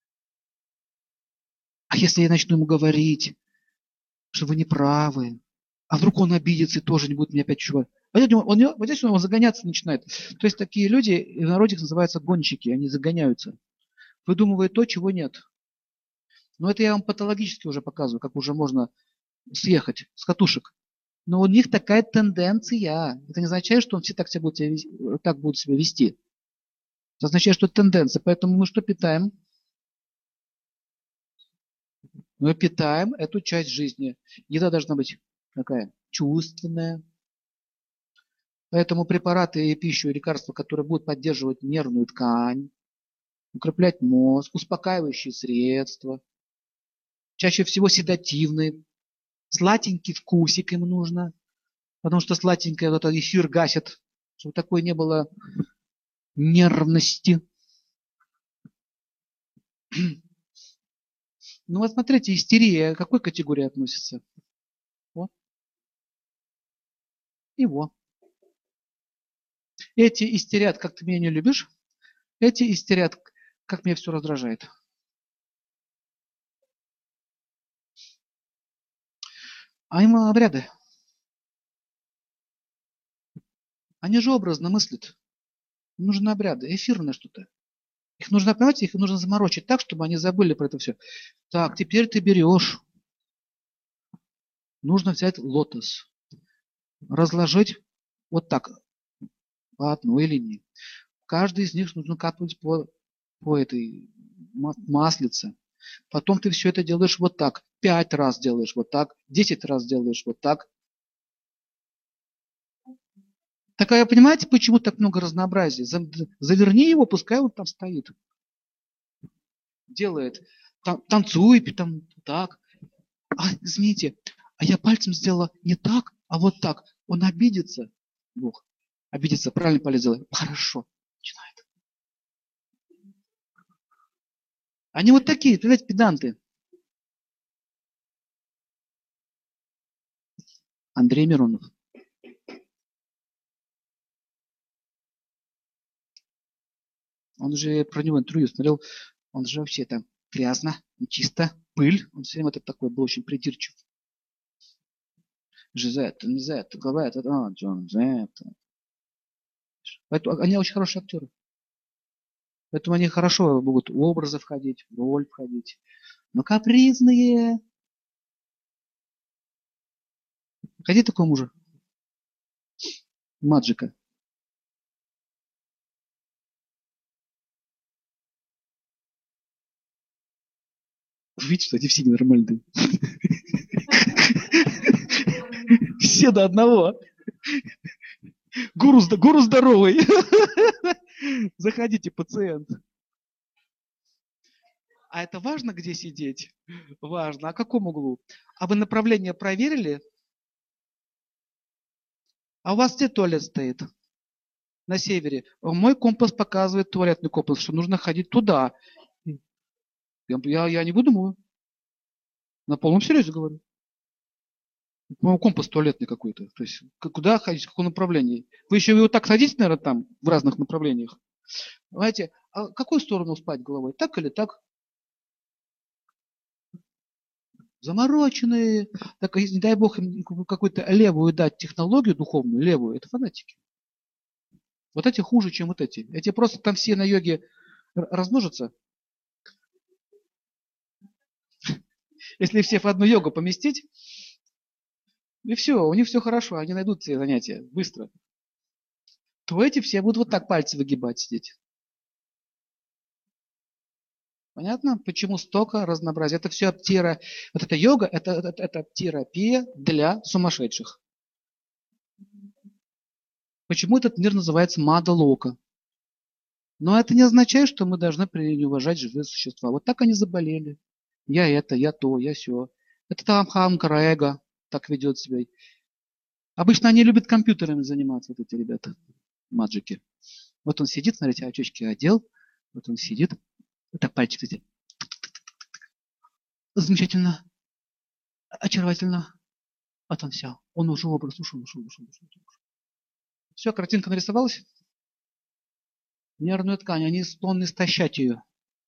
А если я начну ему говорить, что вы не правы, а вдруг он обидится и тоже не будет меня опять чувствовать. Вот здесь он загоняться начинает. То есть такие люди, в народе их называются гонщики, они загоняются. Выдумывают то, чего нет. Но это я вам патологически уже показываю, как уже можно съехать с катушек. Но у них такая тенденция. Это не означает, что он все так будут себя вести. Это означает, что это тенденция. Поэтому мы что питаем? Мы питаем эту часть жизни. Еда должна быть такая чувственная. Поэтому препараты и пищу, и лекарства, которые будут поддерживать нервную ткань, укреплять мозг, успокаивающие средства, чаще всего седативные, сладенький вкусик им нужно, потому что сладенькое вот этот эфир гасит, чтобы такой не было нервности. Ну вот смотрите, истерия к какой категории относится? Вот. Его. Эти истерят, как ты меня не любишь, эти истерят, как меня все раздражает. А им обряды. Они же образно мыслят. Им нужны обряды, эфирное что-то. Их нужно, понимаете, их нужно заморочить так, чтобы они забыли про это все. Так, теперь ты берешь. Нужно взять лотос. Разложить вот так, по одной линии. Каждый из них нужно капнуть по этой маслице. Потом ты все это делаешь вот так. 5 раз делаешь вот так. 10 раз делаешь вот так. Так, а понимаете, почему так много разнообразия? Заверни его, пускай он там стоит. Делает. Танцует там так. А, извините, а я пальцем сделала не так, а вот так. Он обидится. Бог. Обидится, правильно палец сделай. Хорошо. Начинает. Они вот такие, понимаете, педанты. Андрей Миронов. Он же про него интервью смотрел. Он же вообще там грязно, нечисто, пыль. Он все время такой был очень придирчив. Жизетта, не Зетта, говорят, Джон Зетта. Поэтому они очень хорошие актеры. Поэтому они хорошо могут в образы входить, в роль входить. Но капризные. Ходи такой мужа. Маджика. Видите, что они все ненормальные. Все до одного. Гуру здоровый. Заходите, пациент. А это важно, где сидеть? Важно. А в каком углу? А вы направление проверили? А у вас где туалет стоит? На севере. Мой компас показывает, туалетный компас, что нужно ходить туда. Я не выдумываю. На полном серьезе говорю. По-моему, компас туалетный какой-то. То есть, куда ходить, в каком направлении? Вы еще его так садите, наверное, там, в разных направлениях. Знаете, а какую сторону спать головой? Так или так? Замороченные. Так, не дай бог им какую-то левую дать технологию духовную, левую, это фанатики. Вот эти хуже, чем вот эти. Эти просто там все на йоге размножатся. Если всех в одну йогу поместить, и все, у них все хорошо, они найдут все занятия быстро. То эти все будут вот так пальцы выгибать сидеть. Понятно? Почему столько разнообразия? Это все вот эта йога, это терапия для сумасшедших. Почему этот мир называется Мада-Лока? Но это не означает, что мы должны пренебрежать живые существа. Вот так они заболели. Я это, я то, я все. Это там хамка, эго так ведет себя. Обычно они любят компьютерами заниматься, вот эти ребята, маджики. Вот он сидит, смотрите, очечки одел. Вот он сидит. Это пальчик, кстати. Замечательно. Очаровательно. Вот он все. Он ушел, образ ушел. Все, картинка нарисовалась. Нервную ткань, они склонны истощать ее.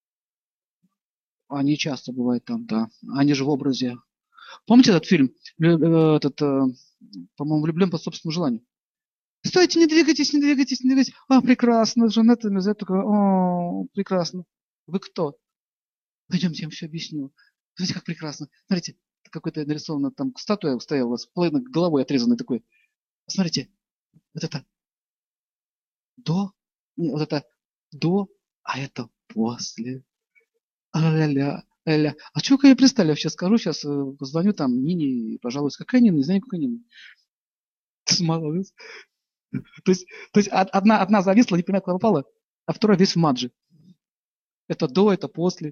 Они часто бывают там, да. Они же в образе. Помните этот фильм? По-моему, «Влюблен по собственному желанию». Стойте, не двигайтесь, не двигайтесь, не двигайтесь. А, прекрасно, Жанетта Мюзе такая, о, прекрасно. Вы кто? Пойдемте, я вам все объясню. Смотрите, как прекрасно. Смотрите, какой-то нарисована там статуя стояла у вас, половина головой отрезанной такой. Смотрите, вот это до, вот это до, а это после. А-ля-ля, а-ля. А что вы пристали? Я сейчас скажу, сейчас позвоню там Нине, пожалуйста. Какая Нина? Не знаю, какая Нина. Молодец. То есть одна зависла, не понимает, куда попала, а вторая весь в мадже. Это до, это после.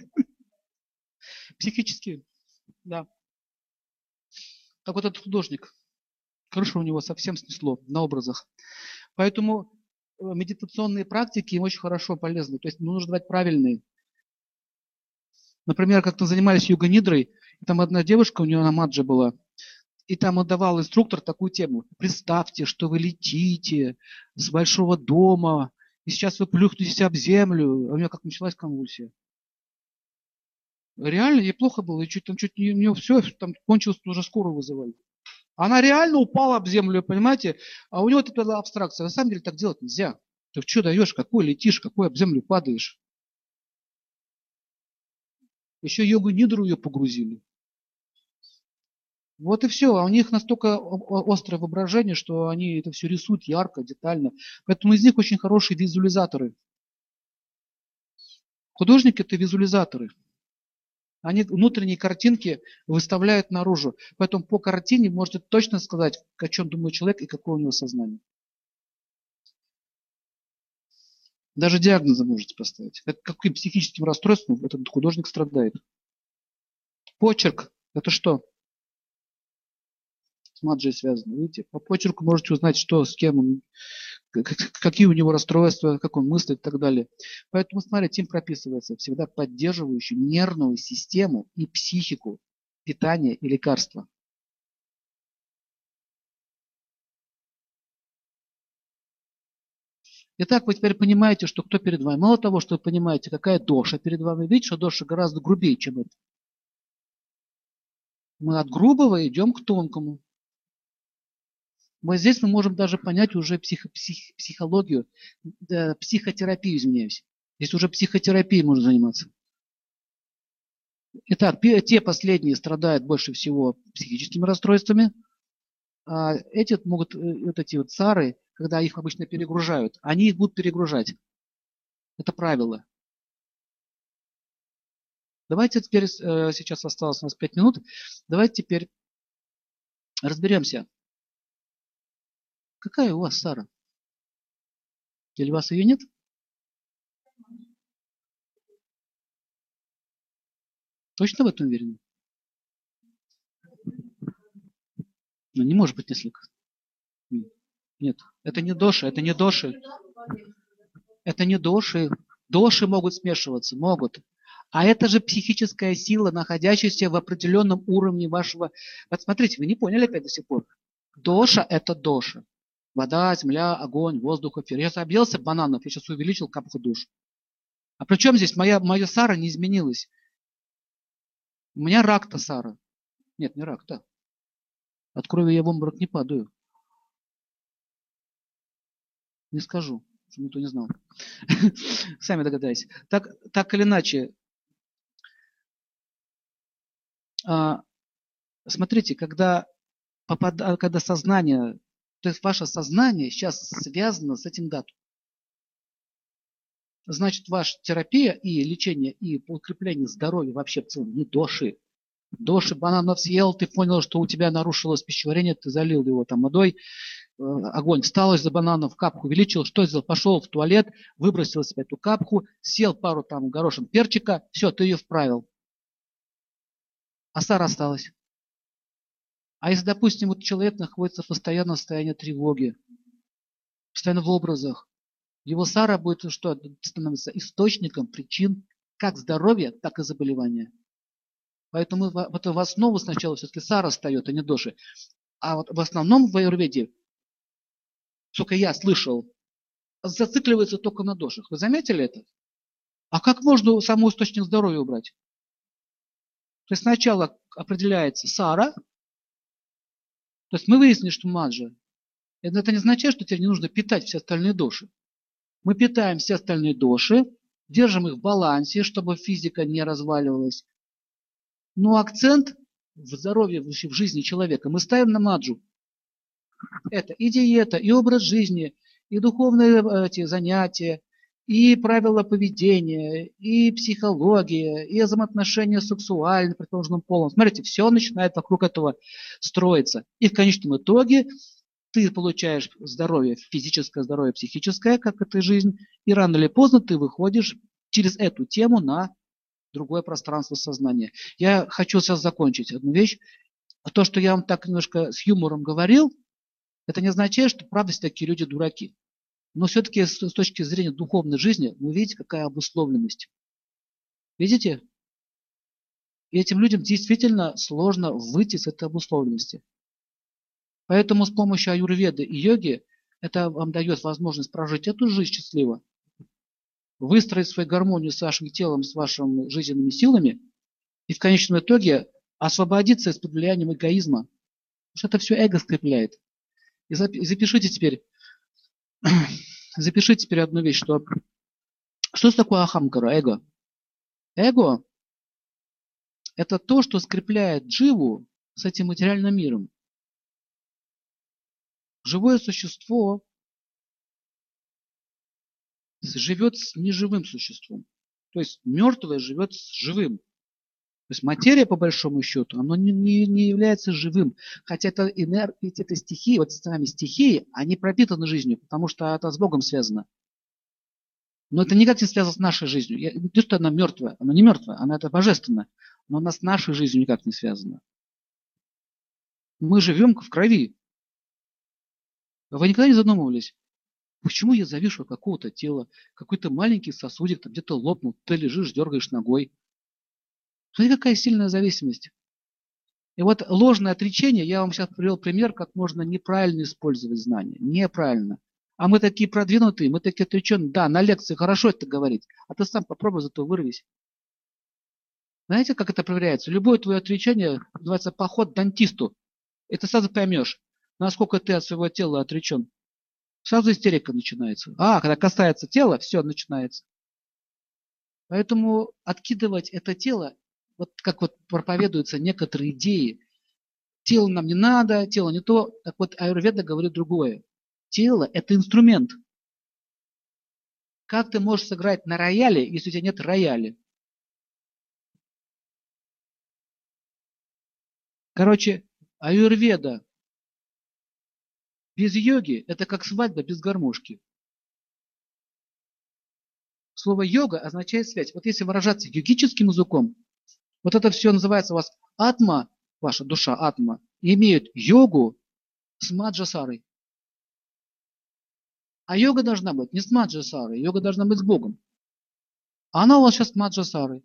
Психически, да. Как вот этот художник. Крышу у него совсем снесло на образах. Поэтому медитационные практики им очень хорошо полезны. То есть нужно давать правильные. Например, как-то занимались йога-нидрой, и там одна девушка, у нее на мадже была, и там отдавал инструктор такую тему. Представьте, что вы летите с большого дома, и сейчас вы плюхнетесь об землю. А у нее как началась конвульсия. Реально, ей плохо было, и чуть не, у нее все, там кончилось, уже скорую вызывали. Она реально упала об землю, понимаете? А у него это была абстракция. На самом деле так делать нельзя. Ты что даешь, какой летишь, какой об землю падаешь? Еще йогу-нидру ее погрузили. Вот и все. А у них настолько острое воображение, что они это все рисуют ярко, детально. Поэтому из них очень хорошие визуализаторы. Художники – это визуализаторы. Они внутренние картинки выставляют наружу. Поэтому по картине можете точно сказать, о чем думает человек и какое у него сознание. Даже диагнозы можете поставить. Это каким психическим расстройством этот художник страдает. Почерк – это что? С маджей связано. Видите? По почерку можете узнать, что с кем он, какие у него расстройства, как он мыслит и так далее. Поэтому, смотрите, им прописывается всегда поддерживающую нервную систему и психику, питание и лекарства. Итак, вы теперь понимаете, что кто перед вами. Мало того, что вы понимаете, какая доша перед вами, видите, что доша гораздо грубее, чем это. Мы от грубого идем к тонкому. Вот здесь мы можем даже понять уже психологию, психотерапию, извиняюсь. Здесь уже психотерапией можно заниматься. Итак, те последние страдают больше всего психическими расстройствами, а эти могут, вот эти вот сары, когда их обычно перегружают, они их будут перегружать. Это правило. Давайте теперь, сейчас осталось у нас 5 минут, давайте теперь разберемся, какая у вас Сара? Или у вас ее нет? Точно в этом уверены? Ну, не может быть несколько. Нет, это не доши, это не доши. Это не доши. Доши могут смешиваться, могут. А это же психическая сила, находящаяся в определенном уровне вашего... Вот смотрите, вы не поняли опять до сих пор. Доша – это доша. Вода, земля, огонь, воздух, эфир. Я объелся бананов, я сейчас увеличил капху душ. А при чем здесь моя Сара не изменилась? У меня рак-то Сара. Нет, не рак-то. От крови я в обморок не падаю. Не скажу, чтобы никто не знал. Сами догадайтесь. Так или иначе, смотрите, когда сознание, то есть ваше сознание сейчас связано с этим датом. Значит, ваша терапия и лечение, и укрепление здоровья вообще в целом не доши. Доши бананов съел, ты понял, что у тебя нарушилось пищеварение, ты залил его там водой, огонь встал из-за бананов, капху увеличил, что сделал? Пошел в туалет, выбросил из себя эту капху, съел пару там горошин перчика, все, ты ее вправил. А Сара осталась. А если, допустим, вот человек находится в постоянном состоянии тревоги, постоянно в образах, его Сара будет что? Становится источником причин как здоровья, так и заболевания. Поэтому в основу сначала все-таки Сара встает, а не доши. А вот в основном в аюрведе, сколько я слышал, зацикливается только на дошах. Вы заметили это? А как можно саму источник здоровья убрать? То есть сначала определяется Сара, то есть мы выяснили, что маджа. Это не означает, что теперь не нужно питать все остальные доши. Мы питаем все остальные доши, держим их в балансе, чтобы физика не разваливалась. Но акцент в здоровье, в жизни человека мы ставим на маджу. Это и диета, и образ жизни, и духовные эти занятия, и правила поведения, и психология, и взаимоотношения сексуальные, предположенным полом. Смотрите, все начинает вокруг этого строиться. И в конечном итоге ты получаешь здоровье, физическое здоровье, психическое, как это жизнь, и рано или поздно ты выходишь через эту тему на другое пространство сознания. Я хочу сейчас закончить одну вещь. То, что я вам так немножко с юмором говорил, это не означает, что правда все такие люди дураки. Но все-таки с точки зрения духовной жизни, вы видите, какая обусловленность. Видите? И этим людям действительно сложно выйти с этой обусловленности. Поэтому с помощью аюрведы и йоги это вам дает возможность прожить эту жизнь счастливо, выстроить свою гармонию с вашим телом, с вашими жизненными силами и в конечном итоге освободиться из-под влияния эгоизма. Потому что это все эго скрепляет. И запишите теперь одну вещь, что такое ахамкара, эго? Эго – это то, что скрепляет дживу с этим материальным миром. Живое существо живет с неживым существом. То есть мертвое живет с живым. То есть материя, по большому счету, она не является живым. Хотя это ведь это стихии, вот сами стихии, они пропитаны жизнью, потому что это с Богом связано. Но это никак не связано с нашей жизнью. Я не то, что она мертвая, она не мертвая, она это божественно. Но она с нашей жизнью никак не связана. Мы живем в крови. Вы никогда не задумывались, почему я завишу от какого-то тела, какой-то маленький сосудик там где-то лопнул, ты лежишь, дергаешь ногой. Смотри, какая сильная зависимость. И вот ложное отречение, я вам сейчас привел пример, как можно неправильно использовать знания. Неправильно. А мы такие продвинутые, мы такие отреченные. Да, на лекции хорошо это говорить, а ты сам попробуй, зато вырвись. Знаете, как это проверяется? Любое твое отречение называется поход к дантисту. И ты сразу поймешь, насколько ты от своего тела отречен. Сразу истерика начинается. А, когда касается тела, все начинается. Поэтому откидывать это тело, вот как вот проповедуются некоторые идеи, тело нам не надо, тело не то. Так вот, аюрведа говорит другое. Тело – это инструмент. Как ты можешь сыграть на рояле, если у тебя нет рояля? Короче, аюрведа без йоги – это как свадьба без гармошки. Слово йога означает связь. Вот если выражаться йогическим языком, вот это все называется у вас атма, ваша душа атма, имеет йогу с маджасарой. А йога должна быть не с маджасарой, йога должна быть с Богом. А она у вас сейчас с маджасарой.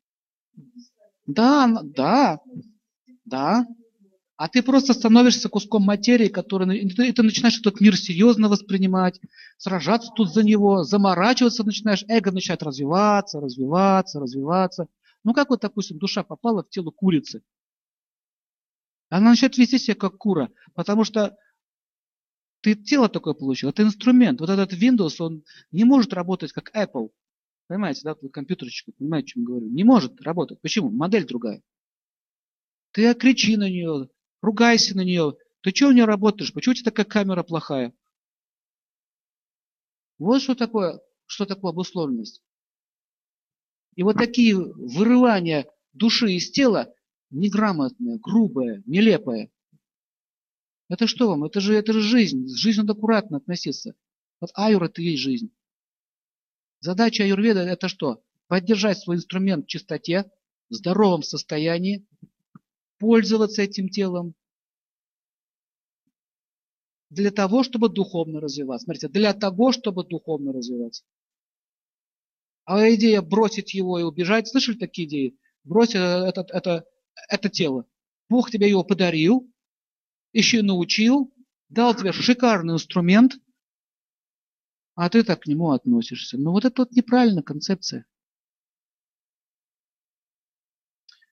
Да, да, да. А ты просто становишься куском материи, который и ты начинаешь этот мир серьезно воспринимать, сражаться тут за него, заморачиваться начинаешь, эго начинает развиваться, развиваться, развиваться. Ну как вот, допустим, душа попала в тело курицы. Она начинает вести себя как кура, потому что ты тело такое получил, это инструмент. Вот этот Windows, он не может работать как Apple. Понимаете, да, твой компьютерчик, понимаете, о чем я говорю? Не может работать. Почему? Модель другая. Ты кричи на нее, ругайся на нее. Ты что у нее работаешь? Почему у тебя такая камера плохая? Вот что такое обусловленность. И вот такие вырывания души из тела, неграмотное, грубое, нелепое. Это что вам? Это же жизнь. С жизнью надо аккуратно относиться. Вот аюр – это и есть жизнь. Задача аюрведа – это что? Поддержать свой инструмент в чистоте, в здоровом состоянии, пользоваться этим телом для того, чтобы духовно развиваться. Смотрите, для того, чтобы духовно развиваться. А идея бросить его и убежать, слышали такие идеи? Брось это тело. Бог тебе его подарил, еще и научил, дал тебе шикарный инструмент, а ты так к нему относишься. Ну вот это вот неправильная концепция.